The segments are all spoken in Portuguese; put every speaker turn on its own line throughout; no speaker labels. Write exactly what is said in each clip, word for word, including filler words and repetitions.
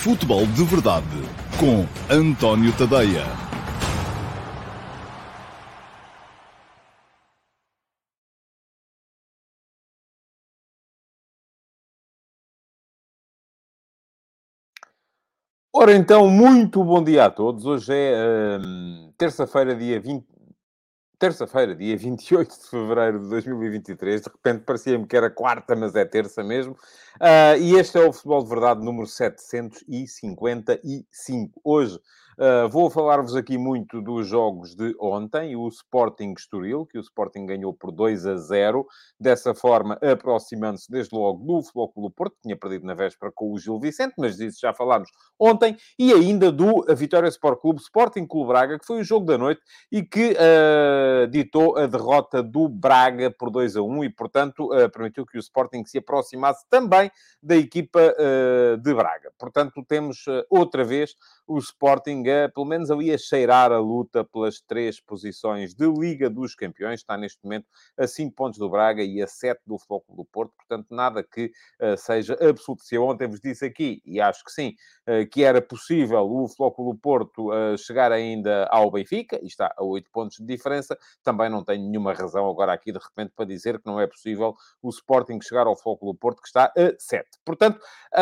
Futebol de Verdade com António Tadeia.
Ora então, muito bom dia a todos. Hoje é hum, terça-feira, dia vinte... Terça-feira, dia vinte e oito de fevereiro de dois mil e vinte e três. De repente parecia-me que era quarta, mas é terça mesmo. Ah, e este é o Futebol de Verdade número setecentos e cinquenta e cinco. Hoje ah, vou falar-vos aqui muito dos jogos de ontem. O Sporting Estoril, que o Sporting ganhou por dois a zero. Dessa forma, aproximando-se desde logo do Futebol Clube do Porto, que tinha perdido na véspera com o Gil Vicente, mas disso já falámos ontem. E ainda do Vitória Sport Clube, Sporting Clube Braga, que foi o jogo da noite e que uh, ditou a derrota do Braga por dois a um e, portanto, uh, permitiu que o Sporting se aproximasse também da equipa uh, de Braga. Portanto, temos uh, outra vez o Sporting, uh, pelo menos ali, a cheirar a luta pelas três posições de Liga dos Campeões. Está neste momento a cinco pontos do Braga e a sete do Futebol Clube do Porto. Portanto, nada que uh, seja absoluto. Se eu ontem vos disse aqui, e acho que sim, uh, que era possível o Futebol Clube do Porto uh, chegar ainda ao Benfica, e está a oito pontos de diferença, também não tenho nenhuma razão agora aqui, de repente, para dizer que não é possível o Sporting chegar ao Futebol Clube do Porto, que está a sete. Portanto,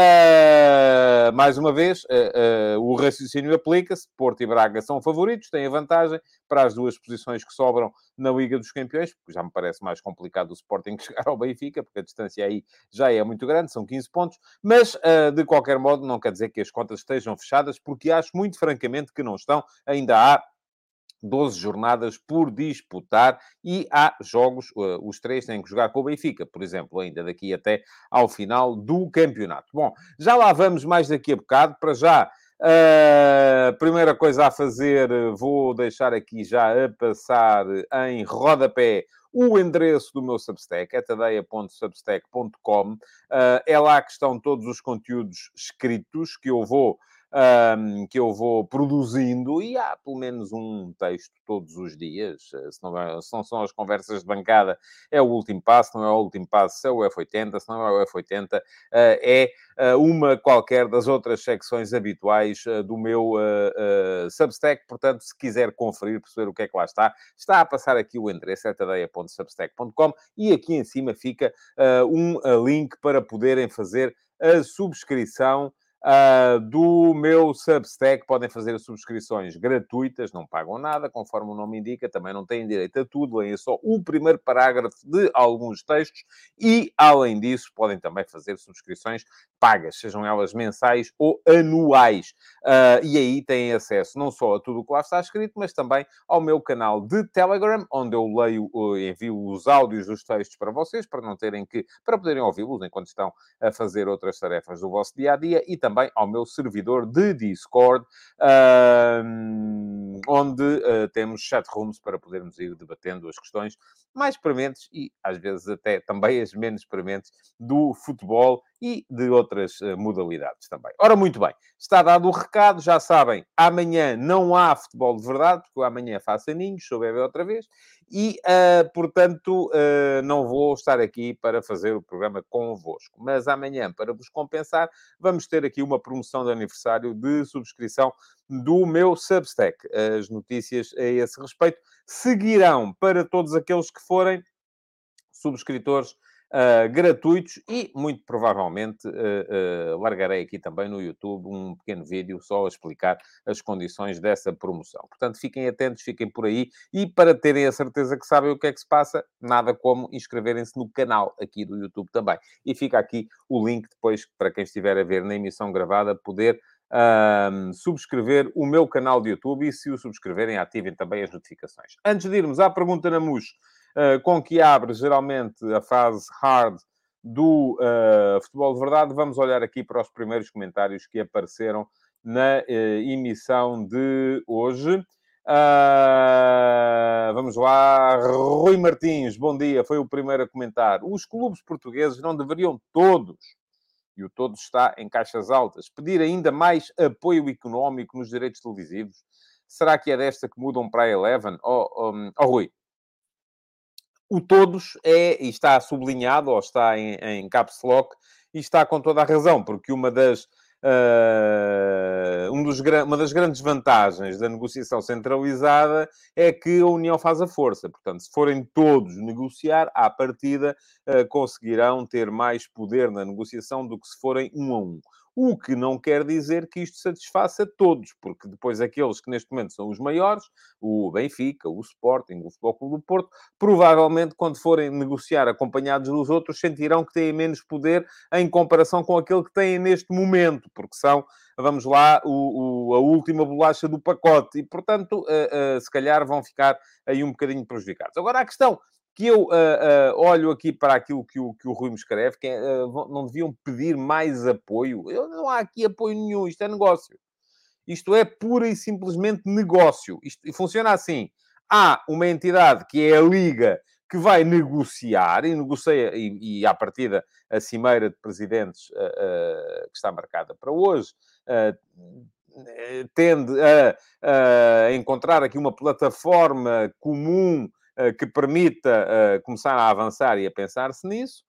uh, mais uma vez, uh, uh, o raciocínio aplica-se. Porto e Braga são favoritos, têm a vantagem para as duas posições que sobram na Liga dos Campeões, porque já me parece mais complicado o Sporting chegar ao Benfica, porque a distância aí já é muito grande, são quinze pontos, mas, uh, de qualquer modo, não quer dizer que as contas estejam fechadas, porque acho muito francamente que não estão. Ainda há doze jornadas por disputar e há jogos, uh, os três têm que jogar com o Benfica, por exemplo, ainda daqui até ao final do campeonato. Bom, já lá vamos mais daqui a bocado. Para já, a uh, primeira coisa a fazer, vou deixar aqui já a passar em rodapé o endereço do meu Substack, é tadeia ponto substack ponto com. Uh, é lá que estão todos os conteúdos escritos que eu vou Um, que eu vou produzindo, e há pelo menos um texto todos os dias. Se não, é, se não são as conversas de bancada, é o último passo. Se não é o último passo, é o F oitenta. Se não é o F oitenta, uh, é uh, uma qualquer das outras secções habituais uh, do meu uh, uh, Substack. Portanto, se quiser conferir, perceber o que é que lá está, está a passar aqui o endereço, é tadeia ponto substack ponto com, e aqui em cima fica uh, um uh, link para poderem fazer a subscrição Uh, do meu Substack. Podem fazer subscrições gratuitas, não pagam nada, conforme o nome indica, também não têm direito a tudo, leem só o primeiro parágrafo de alguns textos e, além disso, podem também fazer subscrições pagas, sejam elas mensais ou anuais. Uh, e aí têm acesso não só a tudo o que lá está escrito, mas também ao meu canal de Telegram, onde eu leio e envio os áudios dos textos para vocês, para não terem que, para poderem ouvi-los enquanto estão a fazer outras tarefas do vosso dia-a-dia, e também ao meu servidor de Discord, uh, onde uh, temos chat rooms para podermos ir debatendo as questões mais prementes e, às vezes, até também as menos prementes do futebol e de outras uh, modalidades também. Ora, muito bem, está dado o recado, já sabem, amanhã não há futebol de verdade, porque amanhã faço aninhos, sou bebê outra vez, e, uh, portanto, uh, não vou estar aqui para fazer o programa convosco. Mas amanhã, para vos compensar, vamos ter aqui uma promoção de aniversário de subscrição do meu Substack. As notícias a esse respeito seguirão para todos aqueles que forem subscritores Uh, gratuitos, e muito provavelmente uh, uh, largarei aqui também no YouTube um pequeno vídeo só a explicar as condições dessa promoção. Portanto, fiquem atentos, fiquem por aí, e para terem a certeza que sabem o que é que se passa, nada como inscreverem-se no canal aqui do YouTube também. E fica aqui o link depois para quem estiver a ver na emissão gravada poder Um, subscrever o meu canal de YouTube, e se o subscreverem, ativem também as notificações. Antes de irmos à pergunta na M U S, uh, com que abre geralmente a fase hard do uh, Futebol de Verdade, vamos olhar aqui para os primeiros comentários que apareceram na uh, emissão de hoje. Uh, vamos lá. Rui Martins, bom dia, foi o primeiro a comentar. Os clubes portugueses não deveriam todos, e o todo está em caixas altas, pedir ainda mais apoio económico nos direitos televisivos? Será que é desta que mudam para a Eleven? Oh, um, oh Rui, o todos é, e está sublinhado, ou está em, em caps lock, e está com toda a razão, porque uma das Uh, um dos, uma das grandes vantagens da negociação centralizada é que a união faz a força. Portanto, se forem todos negociar, à partida, uh, conseguirão ter mais poder na negociação do que se forem um a um. O que não quer dizer que isto satisfaça todos, porque depois aqueles que neste momento são os maiores, o Benfica, o Sporting, o Futebol Clube do Porto, provavelmente quando forem negociar acompanhados dos outros, sentirão que têm menos poder em comparação com aquele que têm neste momento, porque são, vamos lá, o, o, a última bolacha do pacote e, portanto, uh, uh, se calhar vão ficar aí um bocadinho prejudicados. Agora, a questão que eu uh, uh, olho aqui para aquilo que o, que o Rui me escreve, que é, uh, não deviam pedir mais apoio. Eu, não há aqui apoio nenhum, isto é negócio. Isto é pura e simplesmente negócio. Isto, e funciona assim. Há uma entidade, que é a Liga, que vai negociar, e negocia, e, e à partida, a cimeira de presidentes uh, uh, que está marcada para hoje, uh, tende a, a encontrar aqui uma plataforma comum que permita uh, começar a avançar e a pensar-se nisso.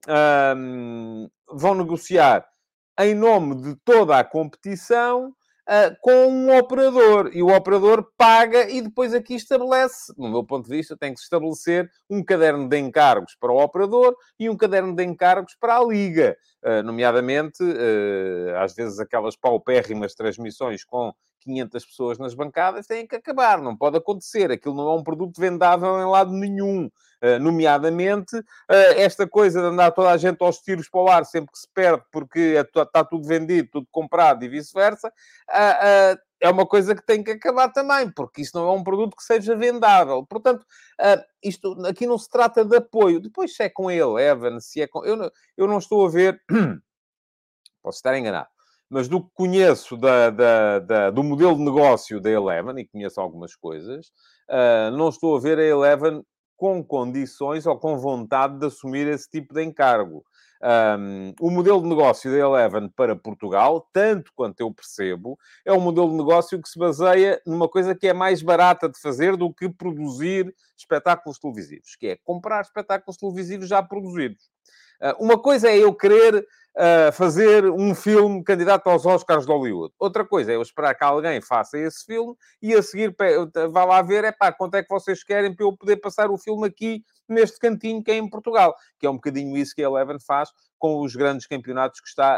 Um, vão negociar em nome de toda a competição uh, com um operador. E o operador paga e depois aqui estabelece, no meu ponto de vista, tem que se estabelecer um caderno de encargos para o operador e um caderno de encargos para a Liga. Uh, nomeadamente, uh, às vezes aquelas paupérrimas transmissões com quinhentas pessoas nas bancadas têm que acabar, não pode acontecer. Aquilo não é um produto vendável em lado nenhum. Uh, nomeadamente, uh, esta coisa de andar toda a gente aos tiros para o ar sempre que se perde, porque está tudo vendido, tudo comprado e vice-versa, uh, uh, é uma coisa que tem que acabar também, porque isso não é um produto que seja vendável. Portanto, uh, isto aqui não se trata de apoio. Depois, se é com a Eleven, se é com... Eu não, eu não estou a ver... Posso estar enganado. Mas do que conheço da, da, da, do modelo de negócio da Eleven, e conheço algumas coisas, uh, não estou a ver a Eleven com condições ou com vontade de assumir esse tipo de encargo. Um, o modelo de negócio da Eleven para Portugal, tanto quanto eu percebo, é um modelo de negócio que se baseia numa coisa que é mais barata de fazer do que produzir espetáculos televisivos, que é comprar espetáculos televisivos já produzidos. Uh, uma coisa é eu querer Uh, fazer um filme candidato aos Oscars de Hollywood. Outra coisa é eu esperar que alguém faça esse filme e a seguir vá lá ver, é pá, quanto é que vocês querem para eu poder passar o filme aqui neste cantinho que é em Portugal. Que é um bocadinho isso que a Eleven faz com os grandes campeonatos que está a,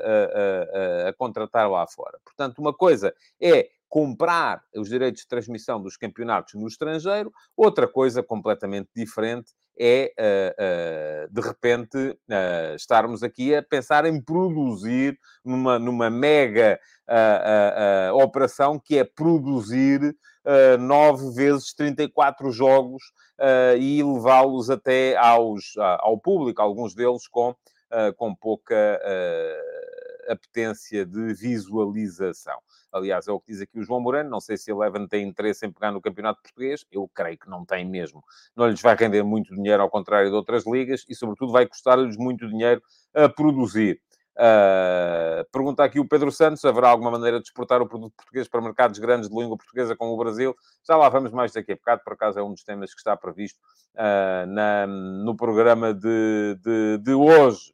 a, a, a, a contratar lá fora. Portanto, uma coisa é comprar os direitos de transmissão dos campeonatos no estrangeiro, outra coisa completamente diferente é, uh, uh, de repente, uh, estarmos aqui a pensar em produzir numa, numa mega uh, uh, uh, operação que é produzir uh, nove vezes trinta e quatro jogos uh, e levá-los até aos, uh, ao público, alguns deles com, uh, com pouca uh, apetência de visualização. Aliás, é o que diz aqui o João Moreno. Não sei se a Eleven tem interesse em pegar no campeonato português. Eu creio que não tem mesmo. Não lhes vai render muito dinheiro, ao contrário de outras ligas, e, sobretudo, vai custar-lhes muito dinheiro a produzir. Uh, pergunta aqui o Pedro Santos, haverá alguma maneira de exportar o produto português para mercados grandes de língua portuguesa como o Brasil? Já lá vamos mais daqui a bocado, por acaso é um dos temas que está previsto uh, na, no programa de, de, de hoje.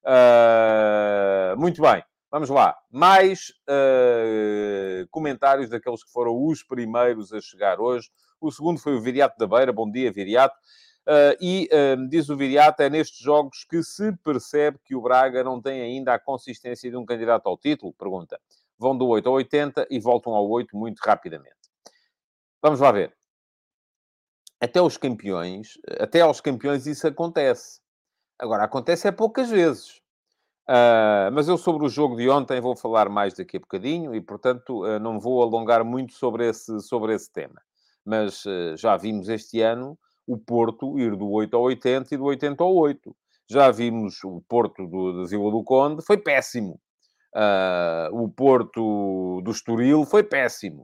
Uh, muito bem. Vamos lá. Mais uh, comentários daqueles que foram os primeiros a chegar hoje. O segundo foi o Viriato da Beira. Bom dia, Viriato. Uh, e uh, diz o Viriato, é nestes jogos que se percebe que o Braga não tem ainda a consistência de um candidato ao título? Pergunta. Vão do oito ao oitenta e voltam ao oito muito rapidamente. Vamos lá ver. Até os campeões, até aos campeões isso acontece. Agora, acontece é poucas vezes. Uh, mas eu sobre o jogo de ontem vou falar mais daqui a bocadinho e, portanto, uh, não vou alongar muito sobre esse, sobre esse tema. Mas uh, já vimos este ano o Porto ir do oito ao oitenta e do oitenta ao oito. Já vimos o Porto do, de Vila do Conde, foi péssimo. Uh, o Porto do Estoril foi péssimo.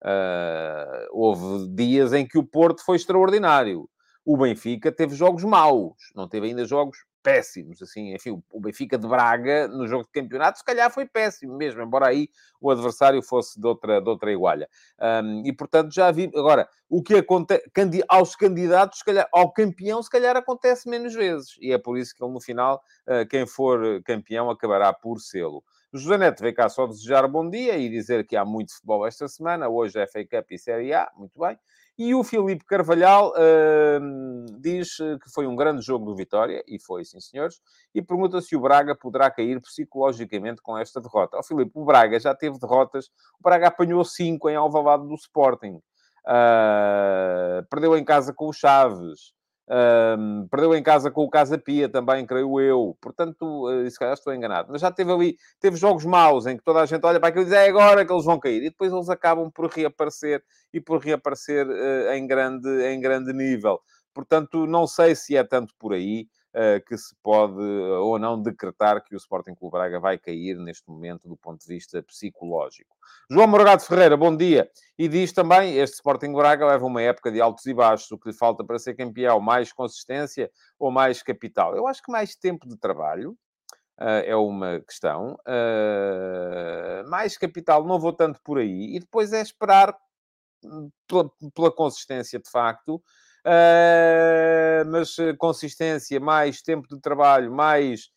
Uh, houve dias em que o Porto foi extraordinário. O Benfica teve jogos maus, não teve ainda jogos péssimos, assim, enfim, o Benfica de Braga, no jogo de campeonato, se calhar foi péssimo mesmo, embora aí o adversário fosse de outra, de outra igualha. Um, e, portanto, já vi... Agora, o que acontece... Aos candidatos, se calhar, ao campeão, se calhar acontece menos vezes. E é por isso que ele, no final, uh, quem for campeão acabará por sê-lo. O José Neto veio cá só desejar bom dia e dizer que há muito futebol esta semana. Hoje é F A Cup e Série A. Muito bem. E o Filipe Carvalhal uh, diz que foi um grande jogo do Vitória, e foi, sim senhores, e pergunta se o Braga poderá cair psicologicamente com esta derrota. Ó, Filipe, o Braga já teve derrotas, o Braga apanhou cinco em Alvalade do Sporting, uh, perdeu em casa com o Chaves, uh, perdeu em casa com o Casa Pia também, creio eu, portanto, uh, se calhar estou enganado, mas já teve ali, teve jogos maus em que toda a gente olha para aquilo e diz, é agora que eles vão cair, e depois eles acabam por reaparecer, e por reaparecer uh, em, grande, em grande nível. Portanto, não sei se é tanto por aí uh, que se pode uh, ou não decretar que o Sporting Clube Braga vai cair neste momento do ponto de vista psicológico. João Morgado Ferreira, bom dia. E diz também, este Sporting Braga leva uma época de altos e baixos. O que lhe falta para ser campeão? Mais consistência ou mais capital? Eu acho que mais tempo de trabalho. Uh, é uma questão. Uh, mais capital, não vou tanto por aí. E depois é esperar pela, pela consistência, de facto. Uh, mas consistência, mais tempo de trabalho, mais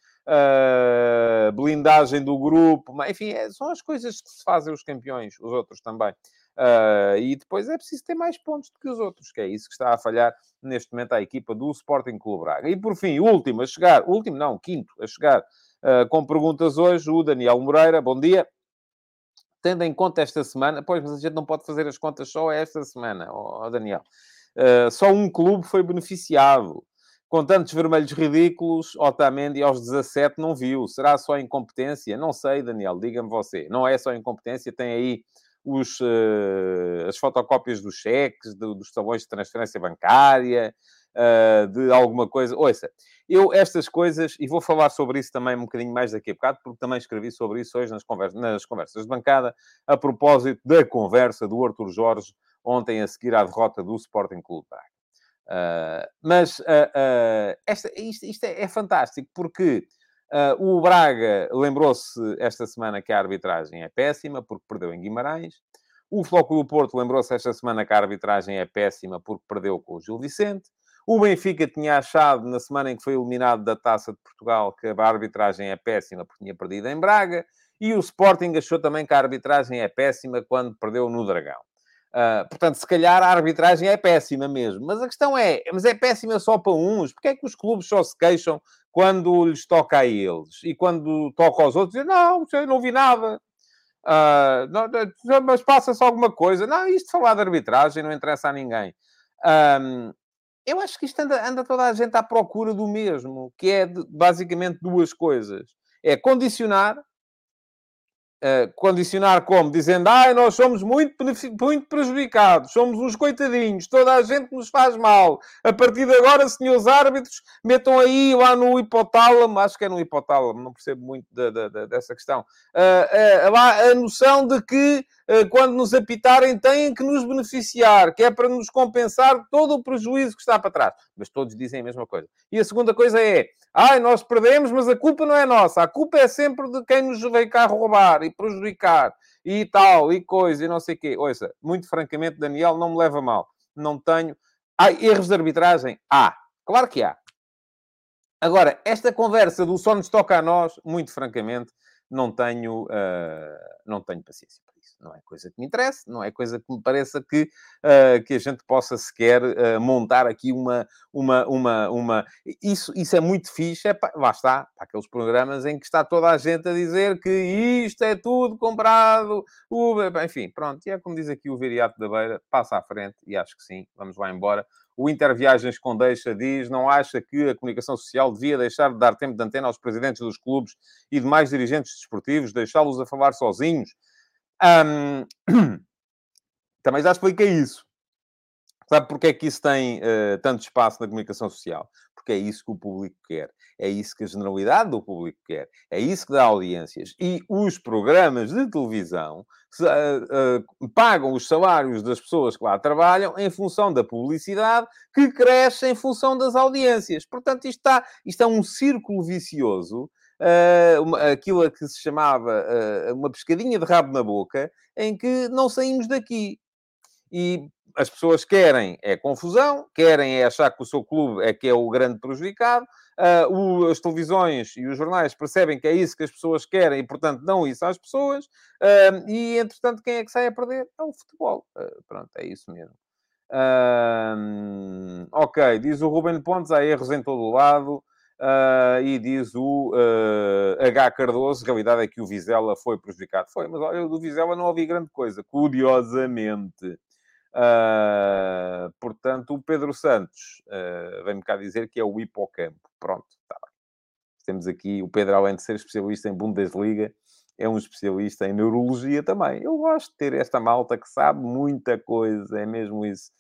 uh, blindagem do grupo. Enfim, é, são as coisas que se fazem os campeões, os outros também. Uh, e depois é preciso ter mais pontos do que os outros, que é isso que está a falhar neste momento à equipa do Sporting Clube Braga. E por fim, último a chegar, último não, quinto a chegar, uh, com perguntas hoje, o Daniel Moreira, bom dia. Tendo em conta esta semana, pois, mas a gente não pode fazer as contas só esta semana, oh, oh Daniel. Uh, só um clube foi beneficiado. Com tantos vermelhos ridículos, Otamendi aos dezassete não viu. Será só incompetência? Não sei, Daniel, diga-me você. Não é só incompetência, tem aí os, uh, as fotocópias dos cheques, do, dos talões de transferência bancária, uh, de alguma coisa. Ouça, eu estas coisas, e vou falar sobre isso também um bocadinho mais daqui a bocado, porque também escrevi sobre isso hoje nas conversas, nas conversas de bancada, a propósito da conversa do Arthur Jorge ontem a seguir à derrota do Sporting Clube Braga. Uh, mas uh, uh, esta, isto, isto é, é fantástico, porque uh, o Braga lembrou-se esta semana que a arbitragem é péssima, porque perdeu em Guimarães. O Flóculo do Porto lembrou-se esta semana que a arbitragem é péssima, porque perdeu com o Gil Vicente. O Benfica tinha achado, na semana em que foi eliminado da Taça de Portugal, que a arbitragem é péssima, porque tinha perdido em Braga. E o Sporting achou também que a arbitragem é péssima quando perdeu no Dragão. Uh, portanto, se calhar a arbitragem é péssima mesmo. Mas a questão é, mas é péssima só para uns? Porque é que os clubes só se queixam quando lhes toca a eles? E quando toca aos outros, dizem, não, eu não vi nada. Uh, não, mas passa-se alguma coisa. Não, isto de falar de arbitragem não interessa a ninguém. Um, eu acho que isto anda, anda toda a gente à procura do mesmo, que é de, basicamente duas coisas. É condicionar. Uh, condicionar como? Dizendo, ai, nós somos muito, muito prejudicados, somos uns coitadinhos, toda a gente nos faz mal. A partir de agora, senhores árbitros, metam aí lá no hipotálamo, acho que é no hipotálamo, não percebo muito da, da, da, dessa questão, uh, uh, lá a noção de que uh, quando nos apitarem têm que nos beneficiar, que é para nos compensar todo o prejuízo que está para trás. Mas todos dizem a mesma coisa. E a segunda coisa é, ai, nós perdemos, mas a culpa não é nossa. A culpa é sempre de quem nos veio cá roubar e prejudicar e tal, e coisa, e não sei o quê. Ouça, muito francamente, Daniel, não me leva a mal. Não tenho... Há erros de arbitragem? Há. Claro que há. Agora, esta conversa do só nos toca a nós, muito francamente, não tenho, uh, não tenho paciência para isso. Não é coisa que me interesse, não é coisa que me pareça que, uh, que a gente possa sequer uh, montar aqui uma... uma, uma, uma... Isso, isso é muito fixe, é pa... lá está, para aqueles programas em que está toda a gente a dizer que isto é tudo comprado, o... enfim, pronto, e é como diz aqui o Viriato da Beira, passa à frente, e acho que sim, vamos lá embora. O Interviagens com Deixa diz, não acha que a comunicação social devia deixar de dar tempo de antena aos presidentes dos clubes e demais dirigentes desportivos, deixá-los a falar sozinhos? Um... Também já expliquei isso. Sabe porque é que isso tem uh, tanto espaço na comunicação social? Porque é isso que o público quer. É isso que a generalidade do público quer. É isso que dá audiências. E os programas de televisão se, uh, uh, pagam os salários das pessoas que lá trabalham em função da publicidade que cresce em função das audiências. Portanto, isto, está, isto é um círculo vicioso. Uh, uma, aquilo a que se chamava uh, uma pescadinha de rabo na boca, em que não saímos daqui. E as pessoas querem é confusão, querem é achar que o seu clube é que é o grande prejudicado, uh, o, as televisões e os jornais percebem que é isso que as pessoas querem e, portanto, dão isso às pessoas. Uh, e, entretanto, quem é que sai a perder? É o futebol. Uh, pronto, é isso mesmo. Uh, ok, diz o Ruben Pontes, há erros em todo o lado. Uh, e diz o uh, H. Cardoso, a realidade é que o Vizela foi prejudicado. Foi, mas olha, do Vizela não ouvi grande coisa, curiosamente. Uh, portanto, o Pedro Santos uh, vem-me cá dizer que é o hipocampo. Pronto, está bem. Temos aqui o Pedro, além de ser especialista em Bundesliga, é um especialista em neurologia também. Eu gosto de ter esta malta que sabe muita coisa, é mesmo isso.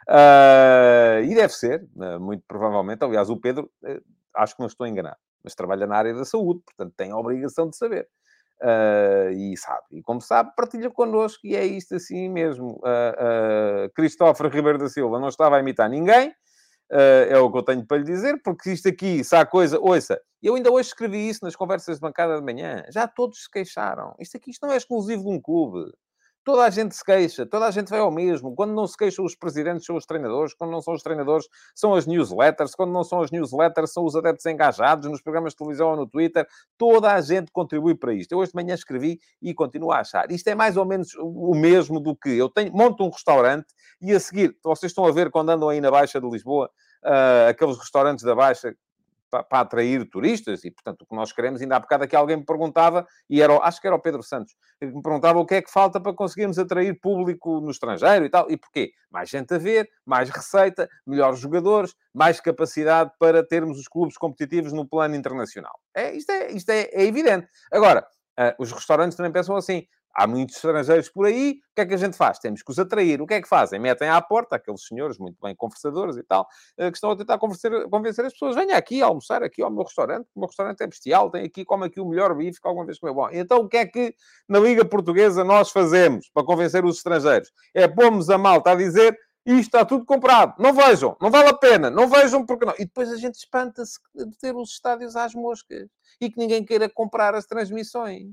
Uh, e deve ser, uh, muito provavelmente. Aliás, o Pedro, uh, acho que não estou enganado, mas trabalha na área da saúde, portanto tem a obrigação de saber. Uh, e sabe. E como sabe, partilha connosco e é isto assim mesmo. Uh, uh, Cristóforo Ribeiro da Silva não estava a imitar ninguém. Uh, é o que eu tenho para lhe dizer, porque isto aqui, se há coisa... Ouça, eu ainda hoje escrevi isso nas conversas de bancada de manhã. Já todos se queixaram. Isto aqui isto não é exclusivo de um clube. Toda a gente se queixa, toda a gente vai ao mesmo. Quando não se queixam os presidentes, são os treinadores. Quando não são os treinadores, são as newsletters. Quando não são as newsletters, são os adeptos engajados nos programas de televisão ou no Twitter. Toda a gente contribui para isto. Eu hoje de manhã escrevi e continuo a achar. Isto é mais ou menos o mesmo do que eu tenho, monto um restaurante e a seguir, vocês estão a ver quando andam aí na Baixa de Lisboa, uh, aqueles restaurantes da Baixa para atrair turistas, e, portanto, o que nós queremos, ainda há bocado aqui alguém me perguntava, e era, acho que era o Pedro Santos, que me perguntava o que é que falta para conseguirmos atrair público no estrangeiro e tal. E porquê? Mais gente a ver, mais receita, melhores jogadores, mais capacidade para termos os clubes competitivos no plano internacional. É, isto é, isto é, é evidente. Agora, uh, os restaurantes também pensam assim. Há muitos estrangeiros por aí, o que é que a gente faz? Temos que os atrair. O que é que fazem? Metem à porta aqueles senhores muito bem conversadores e tal, que estão a tentar convencer, convencer as pessoas. Venha aqui almoçar aqui ao meu restaurante, o meu restaurante é bestial, tem aqui, come aqui o melhor bife que alguma vez comeu. Bom, então o que é que na Liga Portuguesa nós fazemos para convencer os estrangeiros? É pomos a malta a dizer isto está tudo comprado. Não vejam, não vale a pena, não vejam porque não. E depois a gente espanta-se de ter os estádios às moscas e que ninguém queira comprar as transmissões.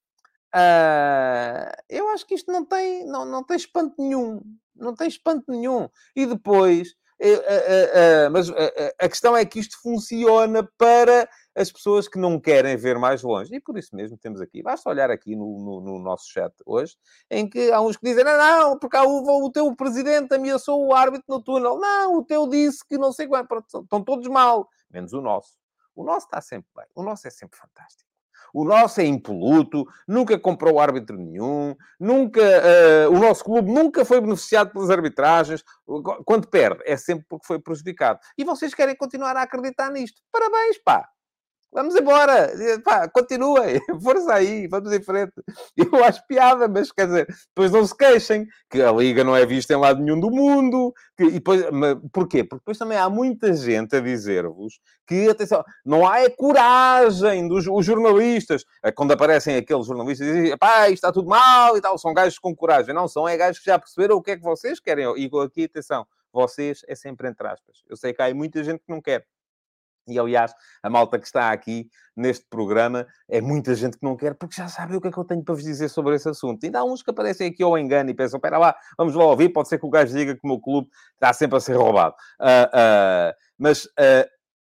Uh, eu acho que isto não tem, não, não tem espanto nenhum. Não tem espanto nenhum. E depois... Uh, uh, uh, mas uh, uh, a questão é que isto funciona para as pessoas que não querem ver mais longe. E por isso mesmo temos aqui... Basta olhar aqui no, no, no nosso chat hoje, em que há uns que dizem não, não, porque há o, o teu presidente ameaçou o árbitro no túnel. Não, o teu disse que não sei quanto. Estão todos mal. Menos o nosso. O nosso está sempre bem. O nosso é sempre fantástico. O nosso é impoluto, nunca comprou árbitro nenhum, nunca, uh, o nosso clube nunca foi beneficiado pelas arbitragens. Quando perde, é sempre porque foi prejudicado. E vocês querem continuar a acreditar nisto. Parabéns, pá! Vamos embora! Pá, continuem! Força aí! Vamos em frente! Eu acho piada, mas quer dizer, depois não se queixem que a Liga não é vista em lado nenhum do mundo. Que, e depois, mas, porquê? Porque depois também há muita gente a dizer-vos que, atenção, não há é coragem dos os jornalistas. Quando aparecem aqueles jornalistas e dizem, pá, isto está tudo mal e tal, são gajos com coragem. Não, são é gajos que já perceberam o que é que vocês querem. E aqui, atenção, vocês é sempre entre aspas. Eu sei que há muita gente que não quer. E, aliás, a malta que está aqui neste programa é muita gente que não quer, porque já sabe o que é que eu tenho para vos dizer sobre esse assunto. Ainda há uns que aparecem aqui ao engano e pensam, espera lá, vamos lá ouvir, pode ser que o gajo diga que o meu clube está sempre a ser roubado. Uh, uh, mas uh,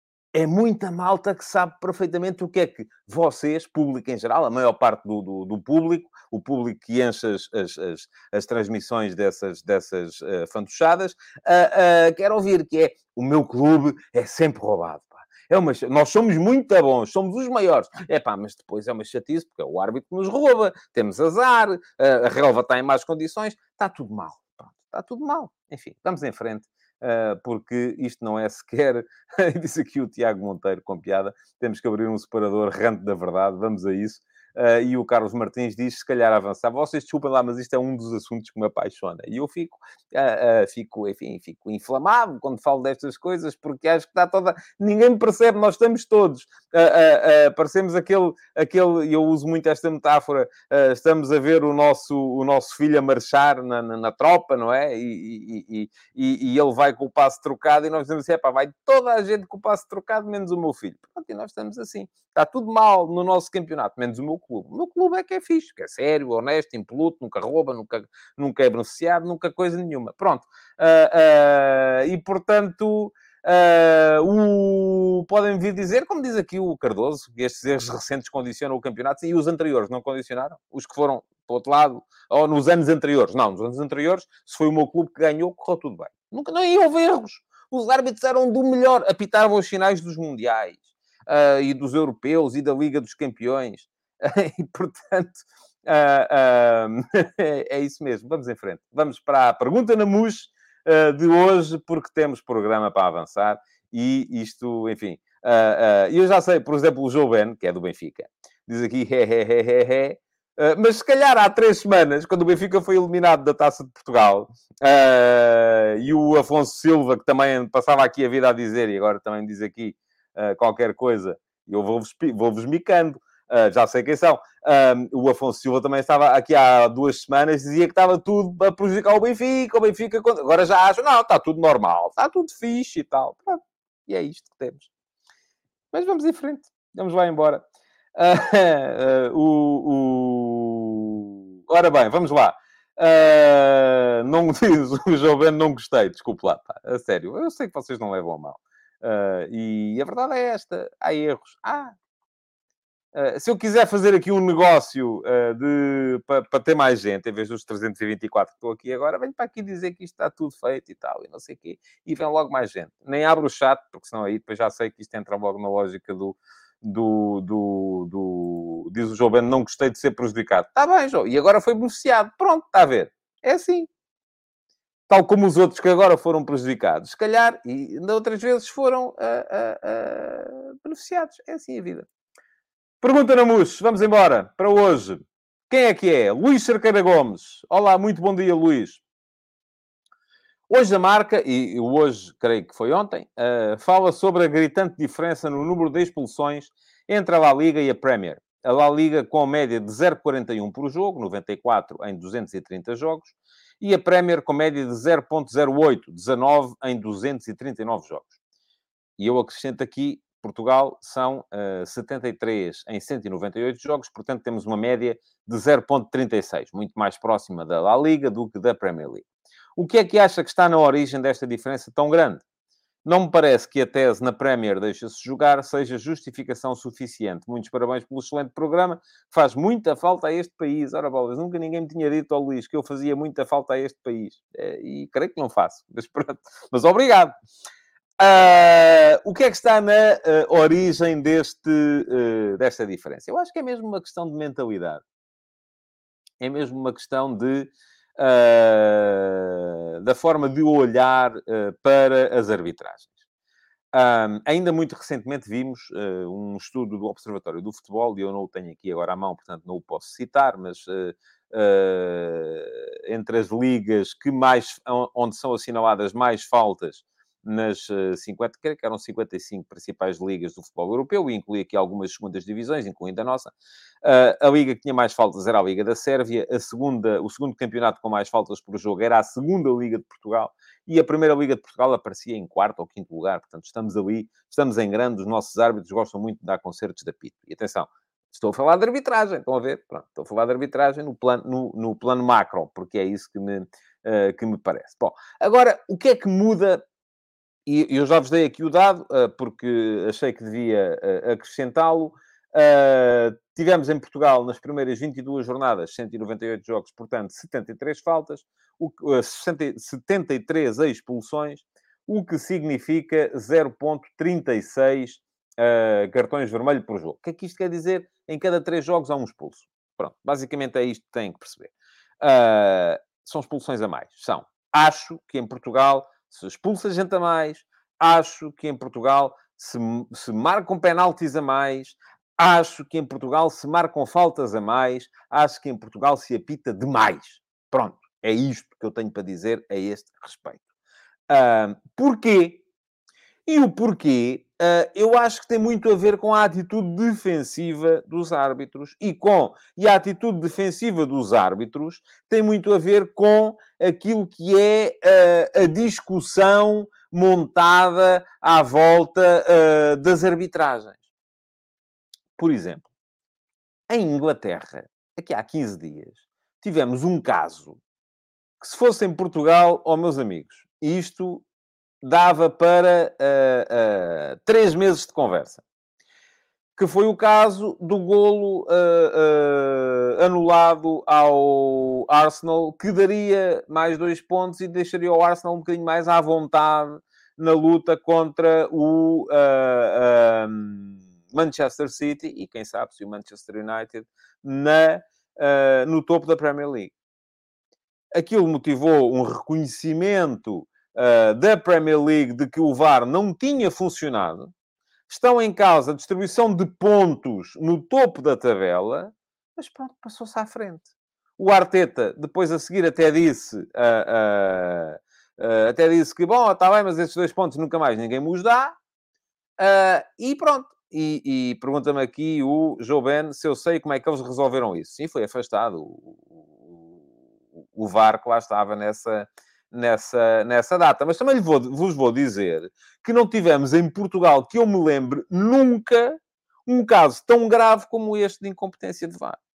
é muita malta que sabe perfeitamente o que é que vocês, público em geral, a maior parte do, do, do público, o público que enche as, as, as, as transmissões dessas, dessas uh, fantochadas, uh, uh, quer ouvir, que é o meu clube é sempre roubado. É uma... Nós somos muito bons, somos os maiores. É pá, mas depois é uma chatice, porque é o árbitro que nos rouba, temos azar, a relva está em más condições, está tudo mal. Pronto, está tudo mal. Enfim, vamos em frente, porque isto não é sequer... Disse aqui o Tiago Monteiro, com piada, temos que abrir um separador rante da verdade, vamos a isso. Uh, e o Carlos Martins diz, se calhar avançar. Vocês desculpem lá, mas isto é um dos assuntos que me apaixona. E eu fico, uh, uh, fico, enfim, fico inflamado quando falo destas coisas, porque acho que está toda... Ninguém me percebe, nós estamos todos. Uh, uh, uh, parecemos aquele, aquele... Eu uso muito esta metáfora. Uh, estamos a ver o nosso, o nosso filho a marchar na, na, na tropa, não é? E, e, e, e, e ele vai com o passo trocado e nós dizemos assim, epá, vai toda a gente com o passo trocado, menos o meu filho. Pronto, e nós estamos assim. Está tudo mal no nosso campeonato, menos o meu clube. O meu clube é que é fixe, que é sério, honesto, impoluto, nunca rouba, nunca, nunca é beneficiado, nunca coisa nenhuma. Pronto. Uh, uh, e, portanto, Uh, o... Podem vir dizer, como diz aqui o Cardoso, que estes erros recentes condicionam o campeonato, e os anteriores não condicionaram? Os que foram para o outro lado, ou nos anos anteriores? Não, nos anos anteriores, se foi o meu clube que ganhou, correu tudo bem. Nunca, não houve erros. Os árbitros eram do melhor. Apitavam os finais dos mundiais, uh, e dos europeus, e da Liga dos Campeões. E, portanto, uh, uh, é isso mesmo. Vamos em frente. Vamos para a pergunta na mus de hoje, porque temos programa para avançar e isto, enfim... E uh, uh, eu já sei, por exemplo, o João Ben, que é do Benfica, diz aqui, he, he, he, he, he. Uh, mas se calhar há três semanas, quando o Benfica foi eliminado da Taça de Portugal, uh, e o Afonso Silva, que também passava aqui a vida a dizer, e agora também diz aqui uh, qualquer coisa, eu vou-vos, vou-vos micando, Uh, já sei quem são. Um, o Afonso Silva também estava aqui há duas semanas, dizia que estava tudo a prejudicar o Benfica, o Benfica... Agora já acho, não, está tudo normal, está tudo fixe e tal. Pronto. E é isto que temos. Mas vamos em frente. Vamos lá embora. Uh, uh, o, o... Ora bem, vamos lá. Uh, não diz o Jovem, não gostei, desculpe lá, pá, a sério. Eu sei que vocês não levam a mal. Uh, e a verdade é esta. Há erros. Ah, Uh, se eu quiser fazer aqui um negócio uh, de, para, para ter mais gente, em vez dos trezentos e vinte e quatro que estou aqui agora, venho para aqui dizer que isto está tudo feito e tal, e não sei o quê, e vem logo mais gente. Nem abro o chat, porque senão aí depois já sei que isto entra logo na lógica do... do, do, do diz o João Bento, não gostei de ser prejudicado. Está bem, João, e agora foi beneficiado. Pronto, está a ver. É assim. Tal como os outros que agora foram prejudicados. Se calhar, e outras vezes foram uh, uh, uh, beneficiados. É assim a vida. Pergunta na Mus, vamos embora, para hoje. Quem é que é? Luís Cerqueira Gomes. Olá, muito bom dia, Luís. Hoje a marca, e hoje, creio que foi ontem, uh, fala sobre a gritante diferença no número de expulsões entre a La Liga e a Premier. A La Liga com a média de zero vírgula quarenta e um por jogo, noventa e quatro em duzentos e trinta jogos, e a Premier com média de zero vírgula zero oito, dezanove em duzentos e trinta e nove jogos. E eu acrescento aqui, Portugal são uh, setenta e três em cento e noventa e oito jogos, portanto temos uma média de zero vírgula trinta e seis, muito mais próxima da La Liga do que da Premier League. O que é que acha que está na origem desta diferença tão grande? Não me parece que a tese na Premier deixa-se jogar seja justificação suficiente. Muitos parabéns pelo excelente programa, faz muita falta a este país. Ora, bolas, nunca ninguém me tinha dito ao Luís que eu fazia muita falta a este país. E creio que não faço, mas pronto. Mas obrigado. Uh, o que é que está na uh, origem deste, uh, desta diferença? Eu acho que é mesmo uma questão de mentalidade. É mesmo uma questão de, uh, da forma de olhar uh, para as arbitragens. Um, ainda muito recentemente vimos uh, um estudo do Observatório do Futebol, e eu não o tenho aqui agora à mão, portanto não o posso citar, mas uh, uh, entre as ligas que mais, onde são assinaladas mais faltas nas cinquenta, creio que eram cinquenta e cinco principais ligas do futebol europeu, e inclui aqui algumas segundas divisões, incluindo a nossa. Uh, a liga que tinha mais faltas era a Liga da Sérvia, a segunda, o segundo campeonato com mais faltas por jogo era a segunda Liga de Portugal, e a primeira Liga de Portugal aparecia em quarto ou quinto lugar. Portanto, estamos ali, estamos em grande, os nossos árbitros gostam muito de dar concertos de apito. E atenção, estou a falar de arbitragem, estão a ver? Pronto, estou a falar de arbitragem no plano, no, no plano macro, porque é isso que me, uh, que me parece. Bom, agora, o que é que muda? E eu já vos dei aqui o dado, porque achei que devia acrescentá-lo. Tivemos em Portugal, nas primeiras vinte e duas jornadas, cento e noventa e oito jogos, portanto, setenta e três faltas, setenta e três expulsões, o que significa zero vírgula trinta e seis cartões vermelhos por jogo. O que é que isto quer dizer? Em cada três jogos há um expulso. Pronto, basicamente é isto que têm que perceber. São expulsões a mais. São. Acho que em Portugal se expulsa gente a mais, acho que em Portugal se, se marcam penaltis a mais, acho que em Portugal se marcam faltas a mais, acho que em Portugal se apita demais. Pronto, é isto que eu tenho para dizer a este respeito. Uh, porquê? E o porquê, uh, eu acho que tem muito a ver com a atitude defensiva dos árbitros e com... E a atitude defensiva dos árbitros tem muito a ver com aquilo que é uh, a discussão montada à volta uh, das arbitragens. Por exemplo, em Inglaterra, aqui há quinze dias, tivemos um caso que, se fosse em Portugal, ó, meus amigos, isto... dava para uh, uh, três meses de conversa. Que foi o caso do golo uh, uh, anulado ao Arsenal, que daria mais dois pontos e deixaria o Arsenal um bocadinho mais à vontade na luta contra o uh, uh, Manchester City e, quem sabe, se o Manchester United na, uh, no topo da Premier League. Aquilo motivou um reconhecimento uh, da Premier League de que o V A R não tinha funcionado. Estão em causa a distribuição de pontos no topo da tabela, mas pronto, passou-se à frente. O Arteta, depois a seguir, até disse, uh, uh, uh, até disse que, bom, está bem, mas esses dois pontos nunca mais ninguém me os dá. Uh, e pronto. E, e pergunta-me aqui o Joe Ben se eu sei como é que eles resolveram isso. Sim, foi afastado o, o, o V A R que lá estava nessa... Nessa, nessa data. Mas também vou, vos vou dizer que não tivemos em Portugal, que eu me lembre, nunca um caso tão grave como este de incompetência de V A R.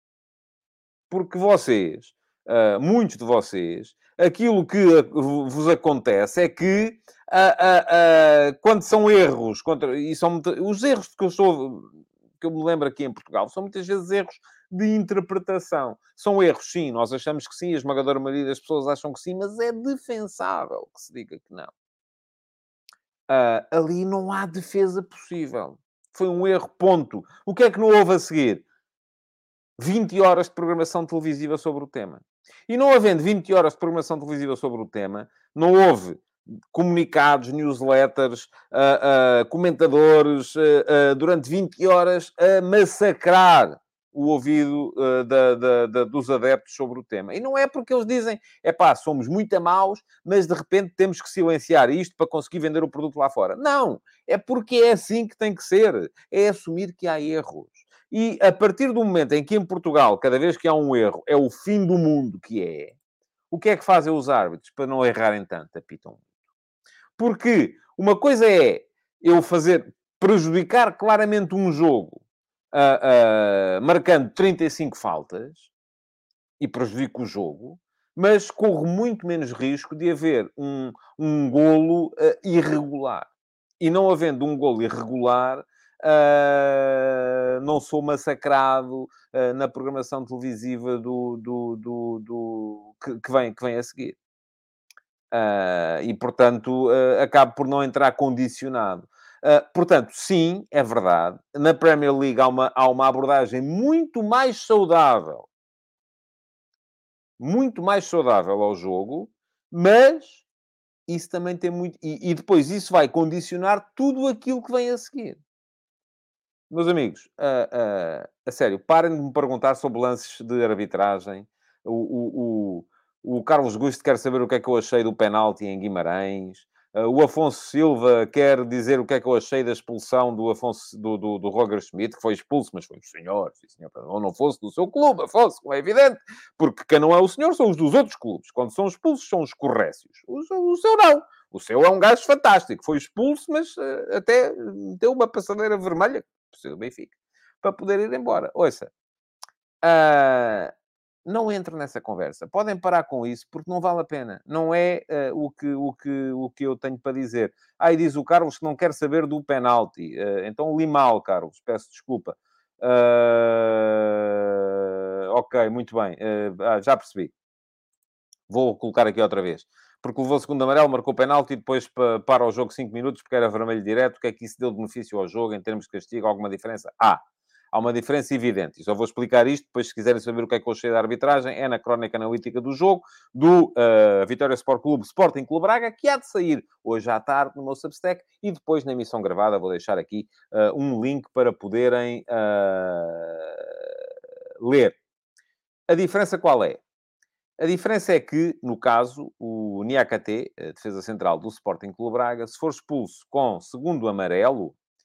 Porque vocês, uh, muitos de vocês, aquilo que vos acontece é que uh, uh, uh, quando são erros, contra, e são os erros que eu estou... que eu me lembro aqui em Portugal, são muitas vezes erros de interpretação. São erros, sim, nós achamos que sim, a esmagadora maioria das pessoas acham que sim, mas é defensável que se diga que não. Uh, ali não há defesa possível. Foi um erro, ponto. O que é que não houve a seguir? vinte horas de programação televisiva sobre o tema. E não havendo vinte horas de programação televisiva sobre o tema, não houve comunicados, newsletters, uh, uh, comentadores, uh, uh, durante vinte horas a massacrar o ouvido uh, da, da, da, dos adeptos sobre o tema. E não é porque eles dizem, é pá, somos muito maus, mas de repente temos que silenciar isto para conseguir vender o produto lá fora. Não! É porque é assim que tem que ser. É assumir que há erros. E a partir do momento em que em Portugal, cada vez que há um erro, é o fim do mundo que é, o que é que fazem os árbitros para não errarem tanto? Apitam. Porque uma coisa é eu fazer, prejudicar claramente um jogo, uh, uh, marcando trinta e cinco faltas, e prejudico o jogo, mas corro muito menos risco de haver um, um golo uh, irregular. E não havendo um golo irregular, uh, não sou massacrado uh, na programação televisiva do, do, do, do que, que, vem, que vem a seguir. Uh, e, portanto, uh, acabo por não entrar condicionado. Uh, portanto, sim, é verdade. Na Premier League há uma, há uma abordagem muito mais saudável. Muito mais saudável ao jogo, mas isso também tem muito... E, e depois isso vai condicionar tudo aquilo que vem a seguir. Meus amigos, uh, uh, a sério, parem de me perguntar sobre lances de arbitragem. O, o, o, o Carlos Gusto quer saber o que é que eu achei do penalti em Guimarães. Uh, o Afonso Silva quer dizer o que é que eu achei da expulsão do, Afonso, do, do, do Roger Schmidt, que foi expulso, mas foi o senhor, sim, senhor, ou não fosse do seu clube, Afonso, como é evidente, porque quem não é o senhor são os dos outros clubes. Quando são expulsos, são os corrécios. O, o seu não. O seu é um gajo fantástico. Foi expulso, mas uh, até deu uma passadeira vermelha, por ser do Benfica, para poder ir embora. Ouça, uh, não entro nessa conversa. Podem parar com isso, porque não vale a pena. Não é uh, o, que, o, que, o que eu tenho para dizer. Ah, e diz o Carlos que não quer saber do penalti. Uh, então li mal, Carlos. Peço desculpa. Uh, ok, muito bem. Uh, ah, já percebi. Vou colocar aqui outra vez. Porque levou o segundo amarelo, marcou o penalti e depois para o jogo cinco minutos, porque era vermelho direto. O que é que isso deu de benefício ao jogo em termos de castigo? Alguma diferença? Há. Ah, há uma diferença evidente. E só vou explicar isto, depois se quiserem saber o que é que eu achei da arbitragem, é na crónica analítica do jogo, do uh, Vitória Sport Clube Sporting Clube Braga, que há de sair hoje à tarde no meu Substack, e depois na emissão gravada vou deixar aqui uh, um link para poderem uh, ler. A diferença qual é? A diferença é que, no caso, o Niakate, a defesa central do Sporting Clube Braga, se for expulso com segundo amarelo,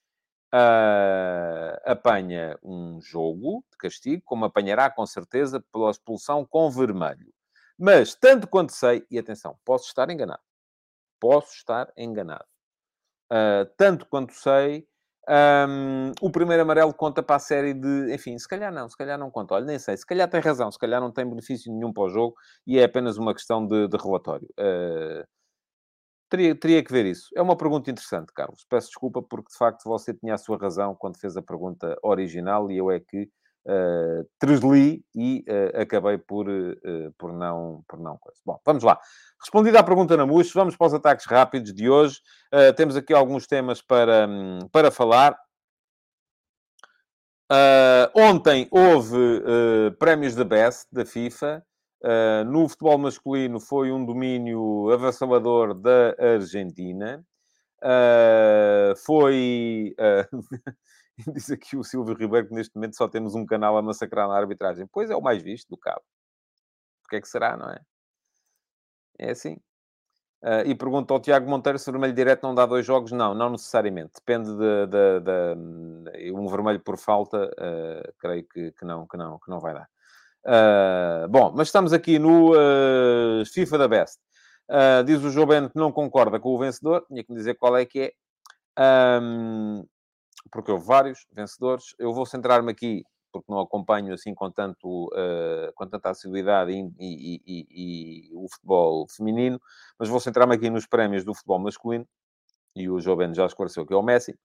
uh, apanha um jogo de castigo, como apanhará, com certeza, pela expulsão com vermelho. Mas, tanto quanto sei, e atenção, posso estar enganado. Posso estar enganado. Uh, tanto quanto sei... Um, o primeiro amarelo conta para a série de... Enfim, se calhar não, se calhar não conta. Olha, nem sei. Se calhar tem razão. Se calhar não tem benefício nenhum para o jogo e é apenas uma questão de, de relatório. Uh, Teria, teria que ver isso. É uma pergunta interessante, Carlos. Peço desculpa porque, de facto, você tinha a sua razão quando fez a pergunta original e eu é que uh, tresli e uh, acabei por, uh, por, não, por não coisa. Bom, vamos lá. Respondida à pergunta na Mux, vamos para os ataques rápidos de hoje. Uh, temos aqui alguns temas para, um, para falar. Uh, ontem houve uh, prémios da Best, da FIFA. Uh, no futebol masculino foi um domínio avassalador da Argentina. Uh, foi... Uh, diz aqui o Silvio Ribeiro que neste momento só temos um canal a massacrar na arbitragem. Pois é o mais visto do cabo. Porque é que será, não é? É assim. Uh, e pergunta ao Tiago Monteiro se vermelho direto não dá dois jogos. Não, não necessariamente. Depende de, de, de, de um vermelho por falta. Uh, creio que, que, não, que, não, que não vai dar. Uh, bom, mas estamos aqui no uh, FIFA da Best. Uh, diz o João Bento que não concorda com o vencedor. Tinha que me dizer qual é que é. Um, porque houve vários vencedores. Eu vou centrar-me aqui, porque não acompanho assim com, tanto, uh, com tanta assiduidade e, e, e, e o futebol feminino, mas vou centrar-me aqui nos prémios do futebol masculino, e o João já esclareceu que é o Messi.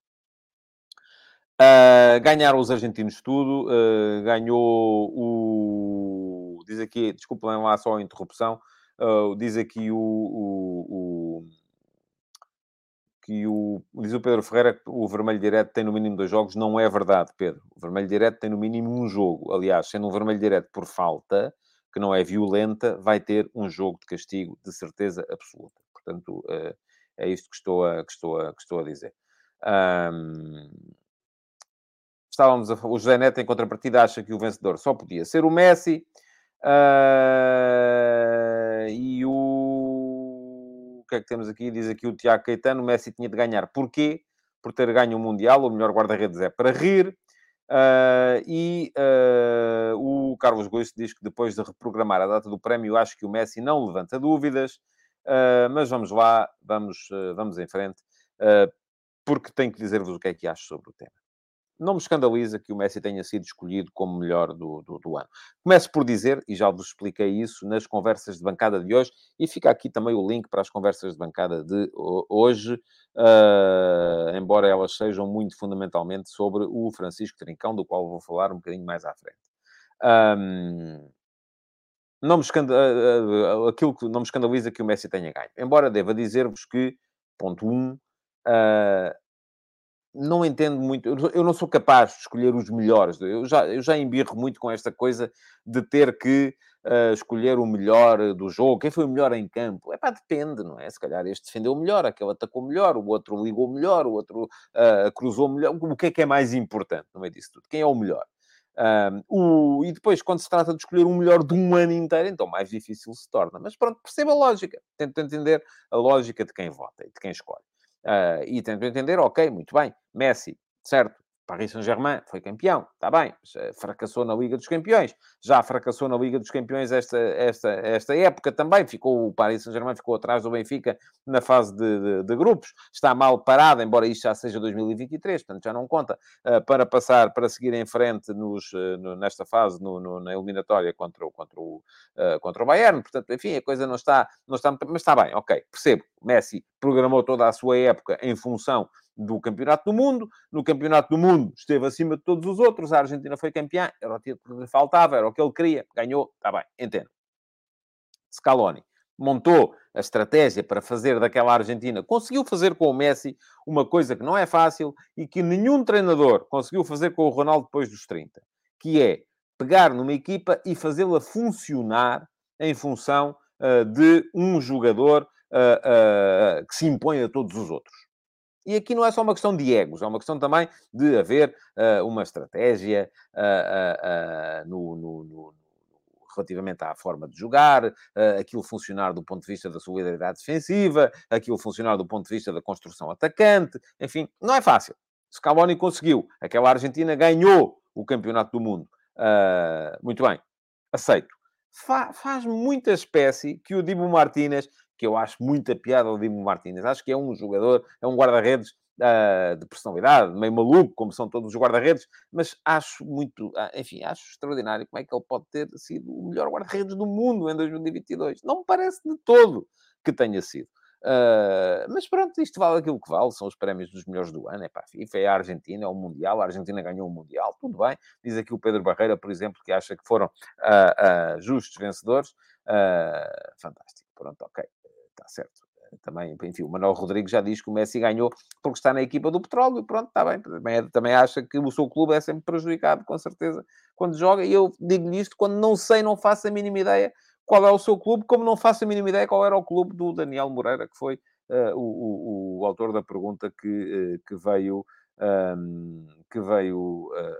Uh, ganharam os argentinos tudo, uh, ganhou o... Diz aqui, desculpem lá só a interrupção, uh, diz aqui o... o, o que o, diz o Pedro Ferreira que o vermelho direto tem no mínimo dois jogos. Não é verdade, Pedro. O vermelho direto tem no mínimo um jogo. Aliás, sendo um vermelho direto por falta, que não é violenta, vai ter um jogo de castigo de certeza absoluta. Portanto, é isto que estou a, que estou a, que estou a dizer. Um, estávamos a, o José Neto, em contrapartida, acha que o vencedor só podia ser o Messi. Uh, e o... o que é que temos aqui? Diz aqui o Tiago Caetano, o Messi tinha de ganhar. Porquê? Por ter ganho o Mundial, o melhor guarda-redes é para rir. Uh, e uh, o Carlos Goiço diz que depois de reprogramar a data do prémio, acho que o Messi não levanta dúvidas. Uh, mas vamos lá, vamos, uh, vamos em frente, porque tenho que dizer-vos o que é que acho sobre o tema. Não me escandaliza que o Messi tenha sido escolhido como melhor do, do, do ano. Começo por dizer, e já vos expliquei isso nas conversas de bancada de hoje, e fica aqui também o link para as conversas de bancada de hoje, uh, embora elas sejam muito fundamentalmente sobre o Francisco Trincão, do qual vou falar um bocadinho mais à frente. Um, não me escandaliza, aquilo que não me escandaliza que o Messi tenha ganho. Embora deva dizer-vos que, ponto um, uh, não entendo muito, eu não sou capaz de escolher os melhores. Eu já, eu já embirro muito com esta coisa de ter que uh, escolher o melhor do jogo. Quem foi o melhor em campo? É pá, depende, não é? Se calhar este defendeu melhor, aquele atacou melhor, o outro ligou melhor, o outro uh, cruzou melhor. O que é que é mais importante no meio disso tudo? Quem é o melhor? Um, o, e depois, quando se trata de escolher o melhor de um ano inteiro, então mais difícil se torna. Mas pronto, perceba a lógica. Tento entender a lógica de quem vota e de quem escolhe. Uh, e tento entender, ok, muito bem, Messi, certo, Paris Saint-Germain foi campeão, está bem, fracassou na Liga dos Campeões, já fracassou na Liga dos Campeões esta, esta, esta época também, ficou, o Paris Saint-Germain ficou atrás do Benfica na fase de, de, de grupos, está mal parado, embora isto já seja dois mil e vinte e três, portanto já não conta, uh, para passar, para seguir em frente nos, uh, no, nesta fase, no, no, na eliminatória contra o, contra, o, uh, contra o Bayern, portanto, enfim, a coisa não está, não está, mas está bem, ok, percebo, Messi programou toda a sua época em função do Campeonato do Mundo. No Campeonato do Mundo esteve acima de todos os outros. A Argentina foi campeã. Era o título que lhe faltava. Era o que ele queria. Ganhou. Está bem. Entendo. Scaloni montou a estratégia para fazer daquela Argentina. Conseguiu fazer com o Messi uma coisa que não é fácil e que nenhum treinador conseguiu fazer com o Ronaldo depois dos trinta. Que é pegar numa equipa e fazê-la funcionar em função uh, de um jogador uh, uh, que se impõe a todos os outros. E aqui não é só uma questão de egos, é uma questão também de haver uh, uma estratégia uh, uh, uh, no, no, no, relativamente à forma de jogar, uh, aquilo funcionar do ponto de vista da solidariedade defensiva, aquilo funcionar do ponto de vista da construção atacante, enfim, não é fácil. Scaloni conseguiu. Aquela Argentina ganhou o Campeonato do Mundo. Uh, muito bem, aceito. Fa- faz muita espécie que o Dibu Martínez, que eu acho muita piada ao Dibu Martínez, acho que é um jogador, é um guarda-redes uh, de personalidade, meio maluco, como são todos os guarda-redes, mas acho muito, uh, enfim, acho extraordinário como é que ele pode ter sido o melhor guarda-redes do mundo em dois mil e vinte e dois. Não me parece de todo que tenha sido. Uh, mas pronto, isto vale aquilo que vale, são os prémios dos melhores do ano, é para a FIFA, é a Argentina, é o Mundial, a Argentina ganhou o Mundial, tudo bem. Diz aqui o Pedro Barreira, por exemplo, que acha que foram uh, uh, justos vencedores. Uh, fantástico, pronto, ok, está certo. Também, enfim, o Manuel Rodrigues já diz que o Messi ganhou porque está na equipa do Petróleo, pronto, está bem. Também, é, também acha que o seu clube é sempre prejudicado, com certeza, quando joga. E eu digo-lhe isto quando não sei, não faço a mínima ideia qual é o seu clube, como não faço a mínima ideia qual era o clube do Daniel Moreira, que foi uh, o, o, o autor da pergunta que, uh, que veio, um, que veio uh,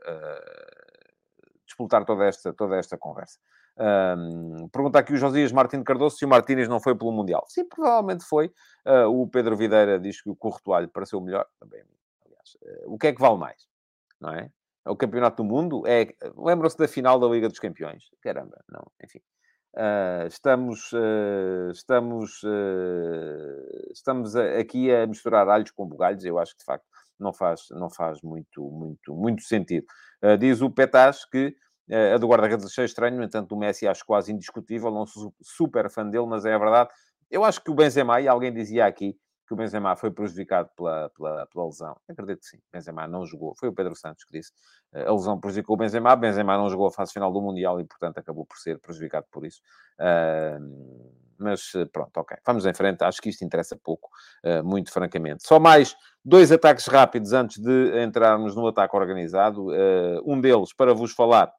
uh, disputar toda esta, toda esta conversa. Um, pergunta aqui o Josias Martins Cardoso se o Martínez não foi pelo Mundial. Sim, provavelmente foi. Uh, o Pedro Videira diz que o Courtois lhe pareceu melhor. Também, aliás. Uh, o que é que vale mais? Não é? É o Campeonato do Mundo? É... Lembram-se da final da Liga dos Campeões? Caramba, não, enfim. Uh, estamos uh, estamos, uh, estamos a, aqui a misturar alhos com bugalhos. Eu acho que, de facto, não faz, não faz muito, muito, muito sentido. Uh, diz o Petas que uh, a do guarda-redes achei estranho, no entanto, o Messi acho quase indiscutível, não sou super fã dele, mas é a verdade. Eu acho que o Benzema, e alguém dizia aqui, que o Benzema foi prejudicado pela, pela, pela lesão. Acredito que sim. Benzema não jogou. Foi o Pedro Santos que disse. A lesão prejudicou o Benzema. Benzema não jogou a fase final do Mundial e, portanto, acabou por ser prejudicado por isso. Uh, mas, pronto, ok. Vamos em frente. Acho que isto interessa pouco, uh, muito francamente. Só mais dois ataques rápidos antes de entrarmos no ataque organizado. Uh, um deles, para vos falar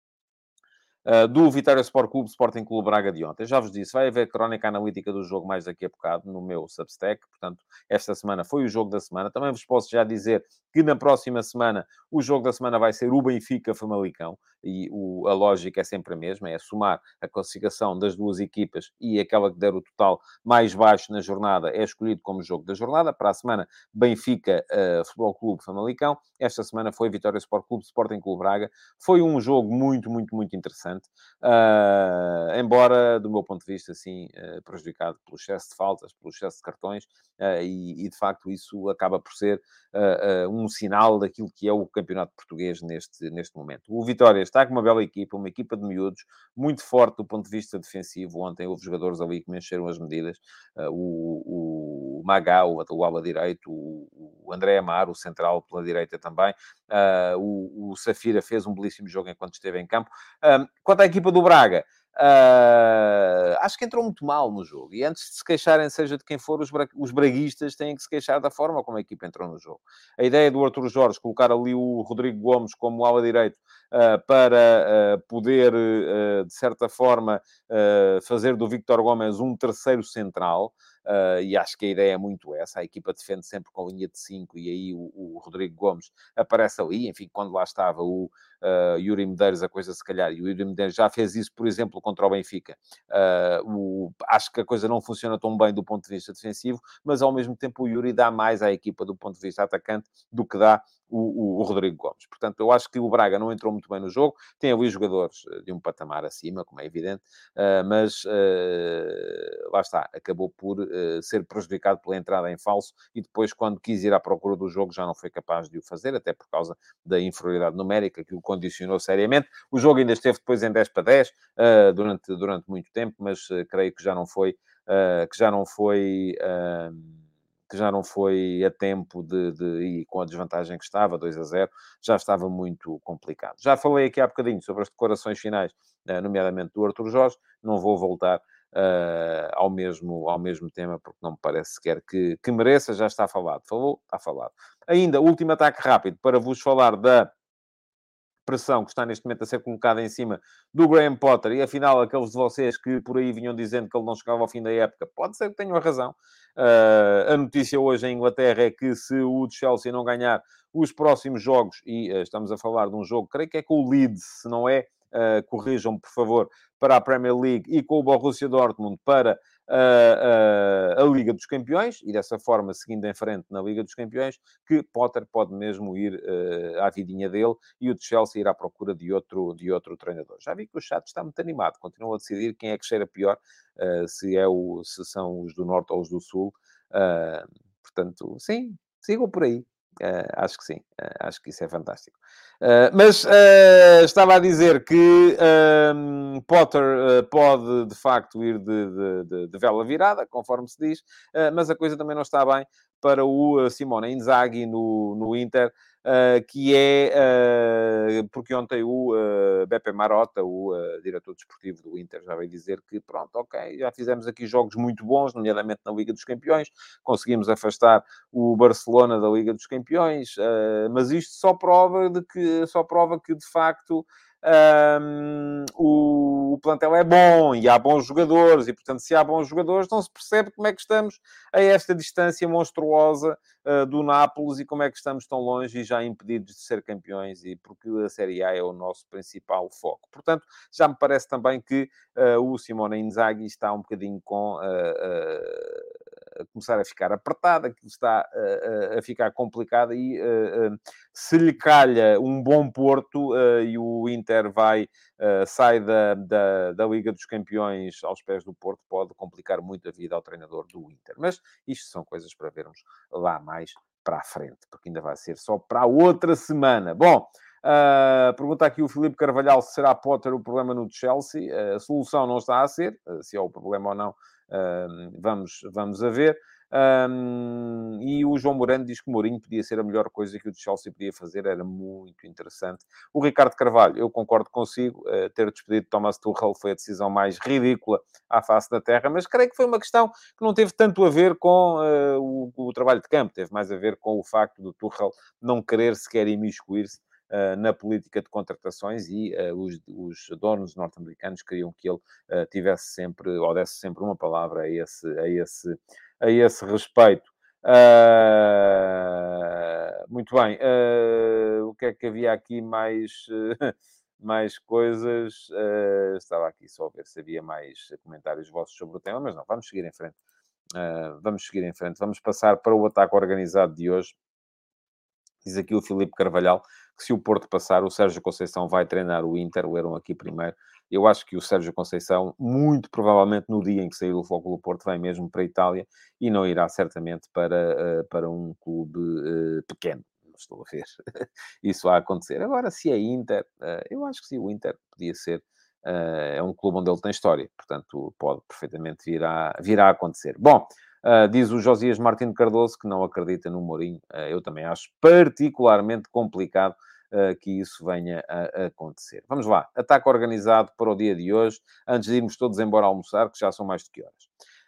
Uh, do Vitória Sport Clube, Sporting Clube Braga de ontem. Já vos disse, vai haver crónica analítica do jogo mais daqui a bocado, no meu Substack. Portanto, esta semana foi o jogo da semana. Também vos posso já dizer que na próxima semana o jogo da semana vai ser o Benfica-Famalicão. E o, a lógica é sempre a mesma, é somar a classificação das duas equipas e aquela que der o total mais baixo na jornada é escolhido como jogo da jornada. Para a semana, Benfica uh, Futebol Clube Famalicão. Esta semana foi Vitória Sport Clube, Sporting Clube Braga. Foi um jogo muito, muito, muito interessante. Uh, embora, do meu ponto de vista, assim, uh, prejudicado pelo excesso de faltas, pelo excesso de cartões, uh, e, e, de facto, isso acaba por ser uh, uh, um sinal daquilo que é o campeonato português neste, neste momento. O Vitória está com uma bela equipa, uma equipa de miúdos, muito forte do ponto de vista defensivo. Ontem houve jogadores ali que me encheram as medidas. Uh, o, o Magá, o, o ala direito, o, o André Amaro, o central pela direita também. Uh, o, o Safira fez um belíssimo jogo enquanto esteve em campo. Um, quanto à equipa do Braga, uh, acho que entrou muito mal no jogo. E antes de se queixarem, seja de quem for, os, bra os braguistas têm que se queixar da forma como a equipa entrou no jogo. A ideia do Arthur Jorge, colocar ali o Rodrigo Gomes como ala direito uh, para uh, poder, uh, de certa forma, uh, fazer do Víctor Gomes um terceiro central. Uh, e acho que a ideia é muito essa. A equipa defende sempre com linha de cinco e aí o, o Rodrigo Gomes aparece ali. Enfim, quando lá estava o uh, Yuri Medeiros, a coisa se calhar, e o Yuri Medeiros já fez isso, por exemplo, contra o Benfica. Uh, o, acho que a coisa não funciona tão bem do ponto de vista defensivo, mas ao mesmo tempo o Yuri dá mais à equipa do ponto de vista atacante do que dá o, o, o Rodrigo Gomes. Portanto, eu acho que o Braga não entrou muito bem no jogo. Tem ali jogadores de um patamar acima, como é evidente, uh, mas uh, lá está, acabou por uh, ser prejudicado pela entrada em falso e depois, quando quis ir à procura do jogo, já não foi capaz de o fazer, até por causa da inferioridade numérica que o condicionou seriamente. O jogo ainda esteve depois em dez para dez uh, durante, durante muito tempo, mas uh, creio que já não foi uh, que já não foi uh, que já não foi a tempo de, de e com a desvantagem que estava, dois a zero, já estava muito complicado. Já falei aqui há bocadinho sobre as declarações finais, uh, nomeadamente do Arthur Jorge, não vou voltar uh, ao, mesmo, ao mesmo tema, porque não me parece sequer que, que mereça, já está falado. Falou? Está falado. Ainda, último ataque rápido, para vos falar da pressão que está neste momento a ser colocada em cima do Graham Potter, e afinal aqueles de vocês que por aí vinham dizendo que ele não chegava ao fim da época, pode ser que tenham a razão. Uh, a notícia hoje em Inglaterra é que se o Chelsea não ganhar os próximos jogos, e uh, estamos a falar de um jogo, creio que é com o Leeds, se não é, uh, corrijam-me por favor, para a Premier League, e com o Borussia Dortmund para uh, uh, a Liga dos Campeões, e dessa forma, seguindo em frente na Liga dos Campeões, que Potter pode mesmo ir uh, à vidinha dele, e o de Chelsea ir à procura de outro, de outro treinador. Já vi que o chat está muito animado, continuam a decidir quem é que cheira pior, uh, se, é o, se são os do Norte ou os do Sul. Uh, portanto, sim, sigam por aí. Uh, acho que sim. Uh, acho que isso é fantástico. Uh, mas uh, estava a dizer que um, Potter uh, pode, de facto, ir de, de, de, de vela virada, conforme se diz, uh, mas a coisa também não está bem para o Simone Inzaghi no, no Inter, uh, que é... Uh, porque ontem o uh, Beppe Marotta, o uh, diretor desportivo do Inter, já veio dizer que, pronto, ok, já fizemos aqui jogos muito bons, nomeadamente na Liga dos Campeões, conseguimos afastar o Barcelona da Liga dos Campeões, uh, mas isto só prova de que só prova que de facto um, o, o plantel é bom e há bons jogadores, e portanto, se há bons jogadores, não se percebe como é que estamos a esta distância monstruosa uh, do Nápoles e como é que estamos tão longe e já impedidos de ser campeões, e porque a Série A é o nosso principal foco. Portanto, já me parece também que uh, o Simone Inzaghi está um bocadinho com uh, uh, a começar a ficar apertada, que está uh, uh, a ficar complicada, e uh, uh, se lhe calha um bom Porto uh, e o Inter vai, uh, sai da, da, da Liga dos Campeões aos pés do Porto, pode complicar muito a vida ao treinador do Inter. Mas isto são coisas para vermos lá mais para a frente, porque ainda vai ser só para a outra semana. Bom, Uh, pergunta aqui o Filipe Carvalhal se será Potter o problema no Chelsea. Uh, a solução não está a ser, uh, se é o problema ou não, uh, vamos, vamos a ver. Um, e o João Moreno diz que o Mourinho podia ser a melhor coisa que o Chelsea podia fazer, era muito interessante. O Ricardo Carvalho, eu concordo consigo, uh, ter despedido Thomas Tuchel foi a decisão mais ridícula à face da terra, mas creio que foi uma questão que não teve tanto a ver com uh, o, o trabalho de campo, teve mais a ver com o facto do Tuchel não querer sequer imiscuir-se Uh, na política de contratações, e uh, os, os donos norte-americanos queriam que ele uh, tivesse sempre, ou desse sempre uma palavra a esse, a esse, a esse respeito. Uh, muito bem. Uh, o que é que havia aqui mais, uh, mais coisas? Uh, estava aqui só a ver se havia mais comentários vossos sobre o tema, mas não, vamos seguir em frente. Uh, vamos seguir em frente. Vamos passar para o ataque organizado de hoje. Diz aqui o Filipe Carvalhal que se o Porto passar, o Sérgio Conceição vai treinar o Inter. Leram aqui primeiro. Eu acho que o Sérgio Conceição, muito provavelmente no dia em que sair do Futebol do Porto, vai mesmo para a Itália e não irá certamente para, para um clube uh, pequeno. Não estou a ver isso a acontecer. Agora, se é Inter, uh, eu acho que sim, o Inter podia ser. Uh, é um clube onde ele tem história. Portanto, pode perfeitamente vir a, vir a acontecer. Bom, Uh, diz o Josias Martins Cardoso que não acredita no Mourinho. Uh, eu também acho particularmente complicado uh, que isso venha a, a acontecer. Vamos lá. Ataque organizado para o dia de hoje. Antes de irmos todos embora almoçar, que já são mais de que horas.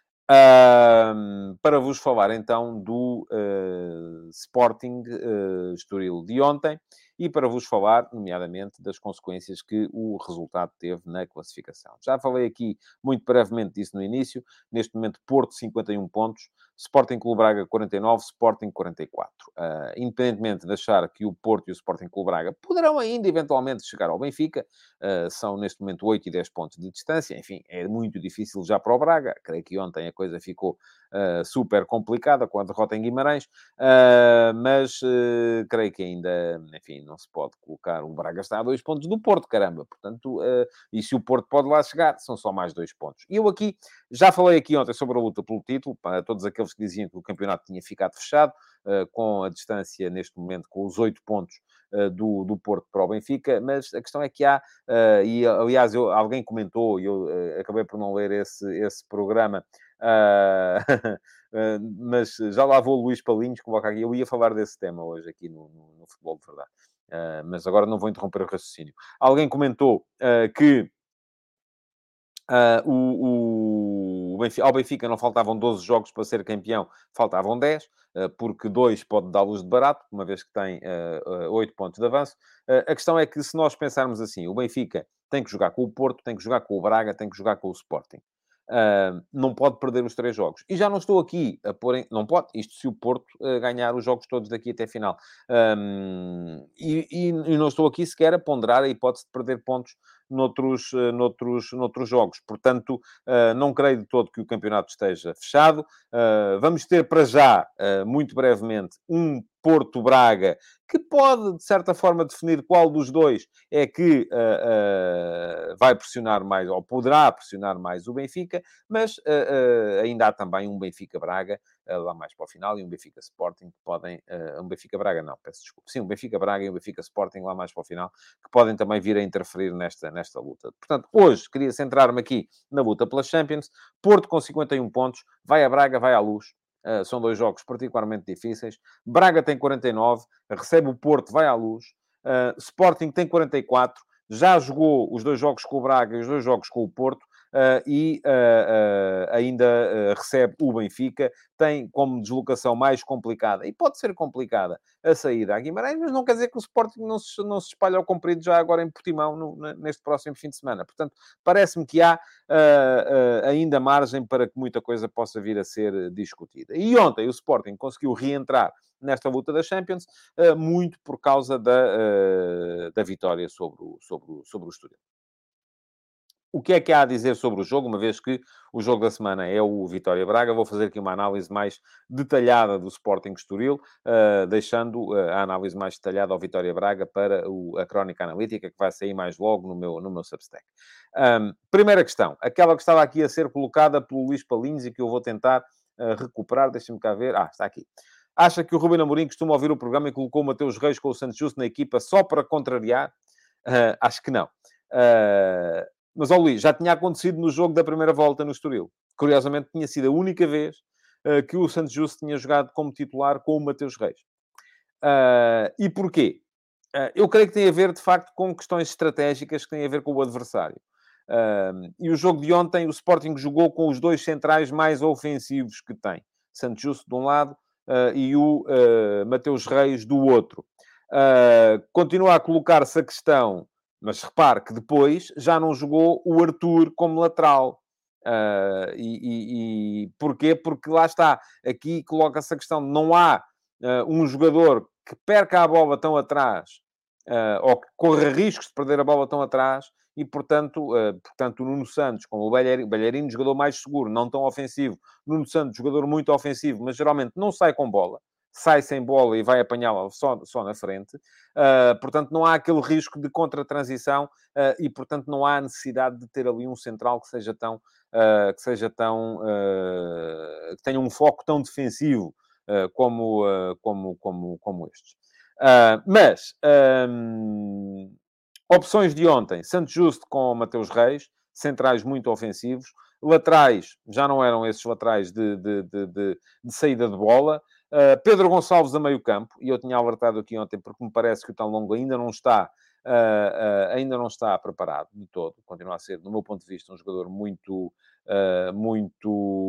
Uh, para vos falar, então, do uh, Sporting uh, Estoril de ontem, e para vos falar, nomeadamente, das consequências que o resultado teve na classificação. Já falei aqui muito brevemente disso no início. Neste momento, Porto, cinquenta e um pontos. Sporting Clube Braga, quarenta e nove. Sporting, quarenta e quatro. Uh, independentemente de achar que o Porto e o Sporting Clube Braga poderão ainda, eventualmente, chegar ao Benfica, uh, são, neste momento, oito e dez pontos de distância. Enfim, é muito difícil já para o Braga. Creio que ontem a coisa ficou uh, super complicada com a derrota em Guimarães. Uh, mas uh, creio que ainda, enfim, não se pode colocar... O Braga está a dois pontos do Porto, caramba. Portanto, uh, e se o Porto pode lá chegar, são só mais dois pontos. E eu aqui, já falei aqui ontem sobre a luta pelo título, para todos aqueles que diziam que o campeonato tinha ficado fechado, uh, com a distância, neste momento, com os oito pontos uh, do, do Porto para o Benfica, mas a questão é que há, uh, e aliás, eu, alguém comentou, e eu uh, acabei por não ler esse, esse programa, uh, Uh, mas já lá vou o Luís Palinhos, coloca aqui. Eu ia falar desse tema hoje aqui no, no, no Futebol de Verdade. Uh, mas agora não vou interromper o raciocínio. Alguém comentou uh, que uh, o, o Benfica, ao Benfica não faltavam doze jogos para ser campeão, faltavam dez, uh, porque dois pode dar-los de barato, uma vez que tem uh, uh, oito pontos de avanço. Uh, a questão é que, se nós pensarmos assim, o Benfica tem que jogar com o Porto, tem que jogar com o Braga, tem que jogar com o Sporting. Uh, não pode perder os três jogos. E já não estou aqui a pôr em... Não pode, isto se o Porto uh, ganhar os jogos todos daqui até a final. Um, e, e, e não estou aqui sequer a ponderar a hipótese de perder pontos noutros, uh, noutros, noutros jogos. Portanto, uh, não creio de todo que o campeonato esteja fechado. Uh, vamos ter para já, uh, muito brevemente, um Porto-Braga, que pode, de certa forma, definir qual dos dois é que uh, uh, vai pressionar mais, ou poderá pressionar mais o Benfica, mas uh, uh, ainda há também um Benfica-Braga, uh, lá mais para o final, e um Benfica-Sporting, que podem... Uh, um Benfica-Braga, não, peço desculpa. Sim, um Benfica-Braga e um Benfica-Sporting, lá mais para o final, que podem também vir a interferir nesta, nesta luta. Portanto, hoje, queria centrar-me aqui na luta pela Champions. Porto com cinquenta e um pontos, vai a Braga, vai à Luz. Uh, são dois jogos particularmente difíceis. Braga tem quarenta e nove, recebe o Porto, vai à Luz. Uh, Sporting tem quarenta e quatro, já jogou os dois jogos com o Braga e os dois jogos com o Porto, uh, e uh, uh, ainda uh, recebe o Benfica. Tem como deslocação mais complicada, e pode ser complicada, a saída a Guimarães, mas não quer dizer que o Sporting não se, não se espalhe ao comprido já agora em Portimão, no, neste próximo fim de semana. Portanto, parece-me que há uh, uh, ainda margem para que muita coisa possa vir a ser discutida. E ontem o Sporting conseguiu reentrar nesta luta da Champions, uh, muito por causa da, uh, da vitória sobre o, sobre, o, sobre o Estoril. O que é que há a dizer sobre o jogo, uma vez que o jogo da semana é o Vitória Braga? Vou fazer aqui uma análise mais detalhada do Sporting Estoril, uh, deixando uh, a análise mais detalhada ao Vitória Braga para o, a crónica analítica, que vai sair mais logo no meu, no meu Substack. Um, primeira questão, aquela que estava aqui a ser colocada pelo Luís Palinhos e que eu vou tentar uh, recuperar, deixa-me cá ver. Ah, está aqui. Acha que o Ruben Amorim costuma ouvir o programa e colocou o Mateus Reis com o Santos Justo na equipa só para contrariar? Uh, acho que não. Uh, mas, ó Luís, já tinha acontecido no jogo da primeira volta no Estoril. Curiosamente, tinha sido a única vez uh, que o Santos Justo tinha jogado como titular com o Mateus Reis. Uh, e porquê? Uh, eu creio que tem a ver, de facto, com questões estratégicas que têm a ver com o adversário. Uh, e o jogo de ontem, o Sporting jogou com os dois centrais mais ofensivos que tem. Santos Justo de um lado uh, e o uh, Mateus Reis do outro. Uh, continua a colocar-se a questão... Mas repare que depois já não jogou o Arthur como lateral. Uh, e, e, e porquê? Porque lá está. Aqui coloca-se a questão de não há uh, um jogador que perca a bola tão atrás, uh, ou que corra riscos de perder a bola tão atrás, e, portanto, uh, portanto o Nuno Santos, como o Bellerino, Bellerino, jogador mais seguro, não tão ofensivo. Nuno Santos, jogador muito ofensivo, mas geralmente não sai com bola. Sai sem bola e vai apanhá-la só, só na frente. Uh, portanto, não há aquele risco de contra-transição uh, e, portanto, não há necessidade de ter ali um central que seja tão... Uh, que seja tão... Uh, que tenha um foco tão defensivo uh, como, uh, como, como, como estes. Uh, mas... Um, opções de ontem. Santos Justo com Mateus Reis. Centrais muito ofensivos. Laterais, já não eram esses laterais de, de, de, de, de saída de bola. Uh, Pedro Gonçalves a meio campo, e eu tinha alertado aqui ontem porque me parece que o Tão Longo ainda não está, uh, uh, ainda não está preparado de todo. Continua a ser, do meu ponto de vista, um jogador muito, uh, muito,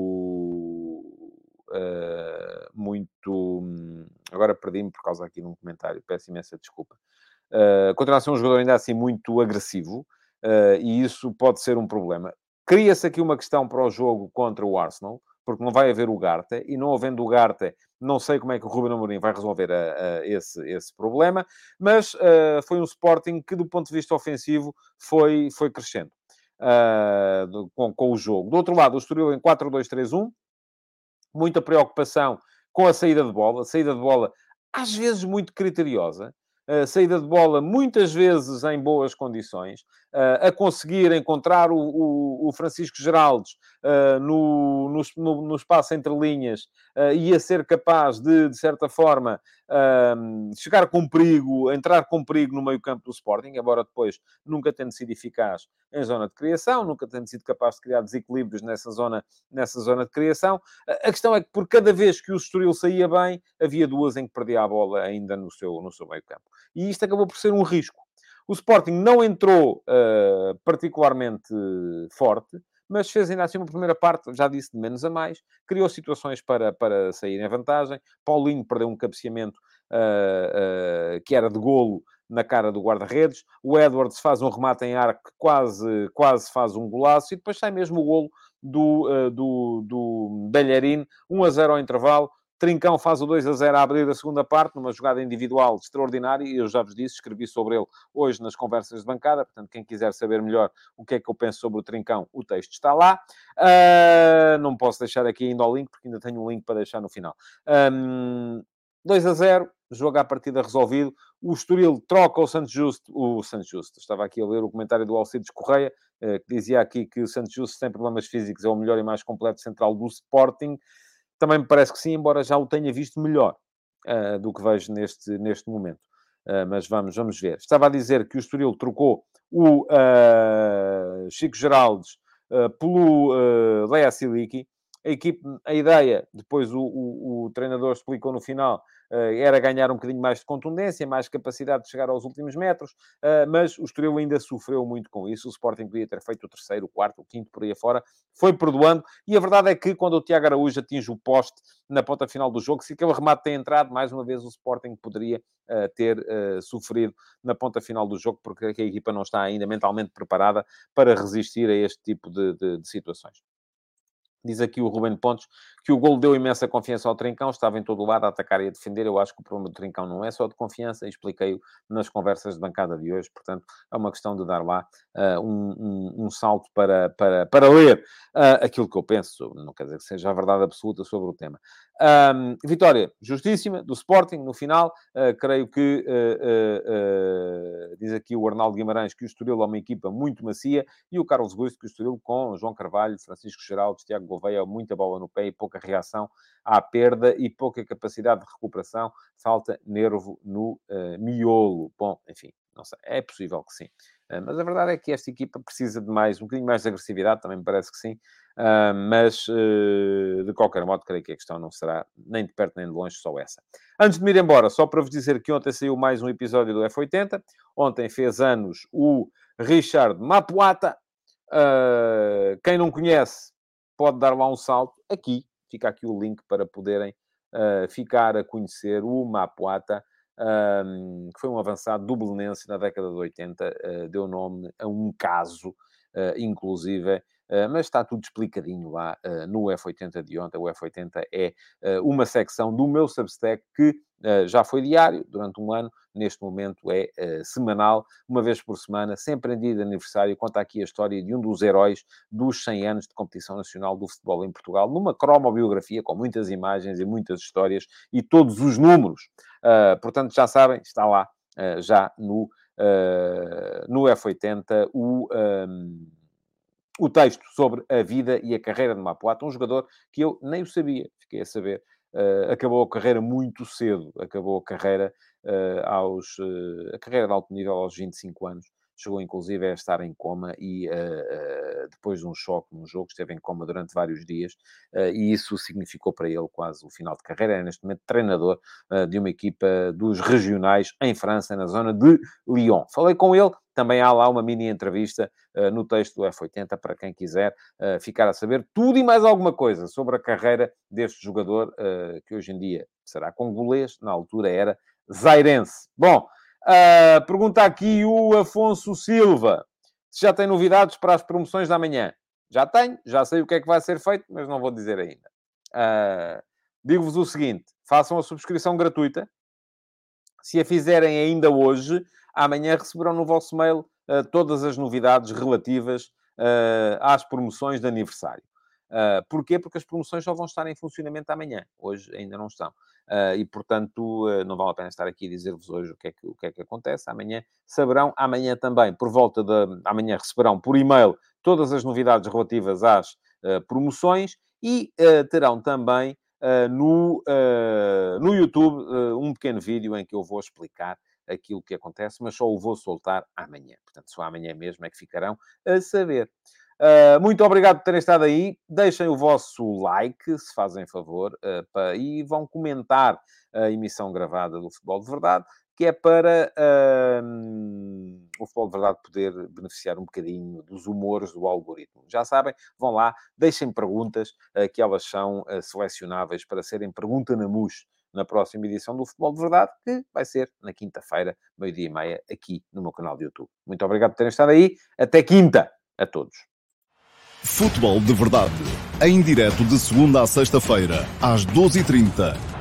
uh, muito... Agora perdi-me por causa aqui de um comentário, peço imensa desculpa. Uh, continua a ser um jogador ainda assim muito agressivo, uh, e isso pode ser um problema. Cria-se aqui uma questão para o jogo contra o Arsenal, porque não vai haver o Garte, e não havendo o Garte, não sei como é que o Ruben Amorim vai resolver a, a esse, esse problema, mas uh, foi um Sporting que, do ponto de vista ofensivo, foi, foi crescendo uh, do, com, com o jogo. Do outro lado, o Estoril em quatro dois três um, muita preocupação com a saída de bola, saída de bola às vezes muito criteriosa, Uh, saída de bola muitas vezes em boas condições, uh, a conseguir encontrar o, o, o Francisco Geraldes uh, no, no, no espaço entre linhas uh, e a ser capaz de, de certa forma, uh, chegar com perigo, entrar com perigo no meio-campo do Sporting, embora depois nunca tendo sido eficaz em zona de criação, nunca tendo sido capaz de criar desequilíbrios nessa zona, nessa zona de criação. A questão é que por cada vez que o Estoril saía bem, havia duas em que perdia a bola ainda no seu, no seu meio-campo. E isto acabou por ser um risco. O Sporting não entrou uh, particularmente forte, mas fez ainda assim uma primeira parte, já disse, de menos a mais. Criou situações para, para sair em vantagem. Paulinho perdeu um cabeceamento uh, uh, que era de golo na cara do guarda-redes. O Edwards faz um remate em arco que quase, quase faz um golaço. E depois sai mesmo o golo do, uh, do, do Bellerino. um a zero ao intervalo. Trincão faz o dois a zero a abrir a segunda parte, numa jogada individual extraordinária, e eu já vos disse, escrevi sobre ele hoje nas conversas de bancada, portanto, quem quiser saber melhor o que é que eu penso sobre o Trincão, o texto está lá. Uh, não posso deixar aqui ainda o link, porque ainda tenho um link para deixar no final. Um, dois a zero, jogo à partida resolvido. O Estoril troca o Santos Justo, o Santos Justo, estava aqui a ler o comentário do Alcides Correia, que dizia aqui que o Santos Justo, sem problemas físicos, é o melhor e mais completo central do Sporting. Também me parece que sim, embora já o tenha visto melhor uh, do que vejo neste, neste momento. Uh, mas vamos, vamos ver. Estava a dizer que o Estoril trocou o uh, Chico Geraldes uh, pelo uh, Lea Siliki. A equipe, a ideia, depois o, o, o treinador explicou no final, era ganhar um bocadinho mais de contundência, mais capacidade de chegar aos últimos metros, mas o Estoril ainda sofreu muito com isso. O Sporting podia ter feito o terceiro, o quarto, o quinto, por aí afora. Foi perdoando. E a verdade é que quando o Tiago Araújo atinge o poste na ponta final do jogo, se aquele remate tem entrado, mais uma vez o Sporting poderia uh, ter uh, sofrido na ponta final do jogo, porque a equipa não está ainda mentalmente preparada para resistir a este tipo de, de, de situações. Diz aqui o Ruben Pontes que o golo deu imensa confiança ao Trincão, estava em todo o lado a atacar e a defender. Eu acho que o problema do Trincão não é só de confiança, expliquei-o nas conversas de bancada de hoje, portanto, é uma questão de dar lá uh, um, um, um salto para, para, para ler uh, aquilo que eu penso, não quer dizer que seja a verdade absoluta sobre o tema. Um, vitória justíssima do Sporting, no final, uh, creio que, uh, uh, uh, diz aqui o Arnaldo Guimarães, que o Estoril é uma equipa muito macia, e o Carlos Gusto, que o Estoril com João Carvalho, Francisco Geraldo, Tiago Gouveia, muita bola no pé e pouca reação à perda e pouca capacidade de recuperação, falta nervo no uh, miolo. Bom, enfim, não sei, é possível que sim. Uh, mas a verdade é que esta equipa precisa de mais, um bocadinho mais de agressividade, também me parece que sim. Uh, mas, uh, de qualquer modo, creio que a questão não será nem de perto nem de longe só essa. Antes de me ir embora, só para vos dizer que ontem saiu mais um episódio do F oitenta. Ontem fez anos o Richard Mapuata. Uh, quem não conhece, pode dar lá um salto. Aqui, fica aqui o link para poderem uh, ficar a conhecer o Mapuata, um, que foi um avançado dublinense na década de oitenta. Uh, deu nome a um caso, uh, inclusive... Uh, mas está tudo explicadinho lá uh, no F oitenta de ontem. O F oitenta é uh, uma secção do meu Substack que uh, já foi diário durante um ano, neste momento é uh, semanal, uma vez por semana, sempre em dia de aniversário. Conta aqui a história de um dos heróis dos cem anos de competição nacional do futebol em Portugal, numa cromobiografia com muitas imagens e muitas histórias e todos os números. Uh, portanto, já sabem, está lá uh, já no, uh, no F oitenta o... Um, o texto sobre a vida e a carreira de Mapuata, um jogador que eu nem o sabia, fiquei a saber. Uh, acabou a carreira muito cedo, acabou a carreira uh, aos... Uh, a carreira de alto nível aos vinte e cinco anos. Chegou, inclusive, a estar em coma e, uh, uh, depois de um choque no jogo, esteve em coma durante vários dias, uh, e isso significou para ele quase o final de carreira. É, neste momento, treinador uh, de uma equipa dos regionais em França, na zona de Lyon. Falei com ele, também há lá uma mini entrevista uh, no texto do F oitenta, para quem quiser uh, ficar a saber tudo e mais alguma coisa sobre a carreira deste jogador, uh, que hoje em dia será congolês, na altura era zairense. Bom, Uh, pergunta aqui o Afonso Silva se já tem novidades para as promoções da manhã. Já tenho, já sei o que é que vai ser feito, mas não vou dizer ainda. Uh, digo-vos o seguinte: façam a subscrição gratuita. Se a fizerem ainda hoje, amanhã receberão no vosso mail uh, todas as novidades relativas uh, às promoções de aniversário. Uh, porquê? Porque as promoções só vão estar em funcionamento amanhã. Hoje ainda não estão. Uh, e, portanto, uh, não vale a pena estar aqui a dizer-vos hoje o que, é que, o que é que acontece. Amanhã saberão. Amanhã também, por volta de... Amanhã receberão por e-mail todas as novidades relativas às uh, promoções e uh, terão também uh, no, uh, no YouTube uh, um pequeno vídeo em que eu vou explicar aquilo que acontece, mas só o vou soltar amanhã. Portanto, só amanhã mesmo é que ficarão a saber. Uh, muito obrigado por terem estado aí. Deixem o vosso like, se fazem favor, uh, para, e vão comentar a emissão gravada do Futebol de Verdade, que é para uh, o Futebol de Verdade poder beneficiar um bocadinho dos humores do algoritmo. Já sabem, vão lá, deixem perguntas, uh, que elas são uh, selecionáveis para serem pergunta na mousse na próxima edição do Futebol de Verdade, que vai ser na quinta-feira, meio-dia e meia, aqui no meu canal de YouTube. Muito obrigado por terem estado aí. Até quinta a todos.
Futebol de Verdade, em direto de segunda a sexta-feira, às doze e trinta,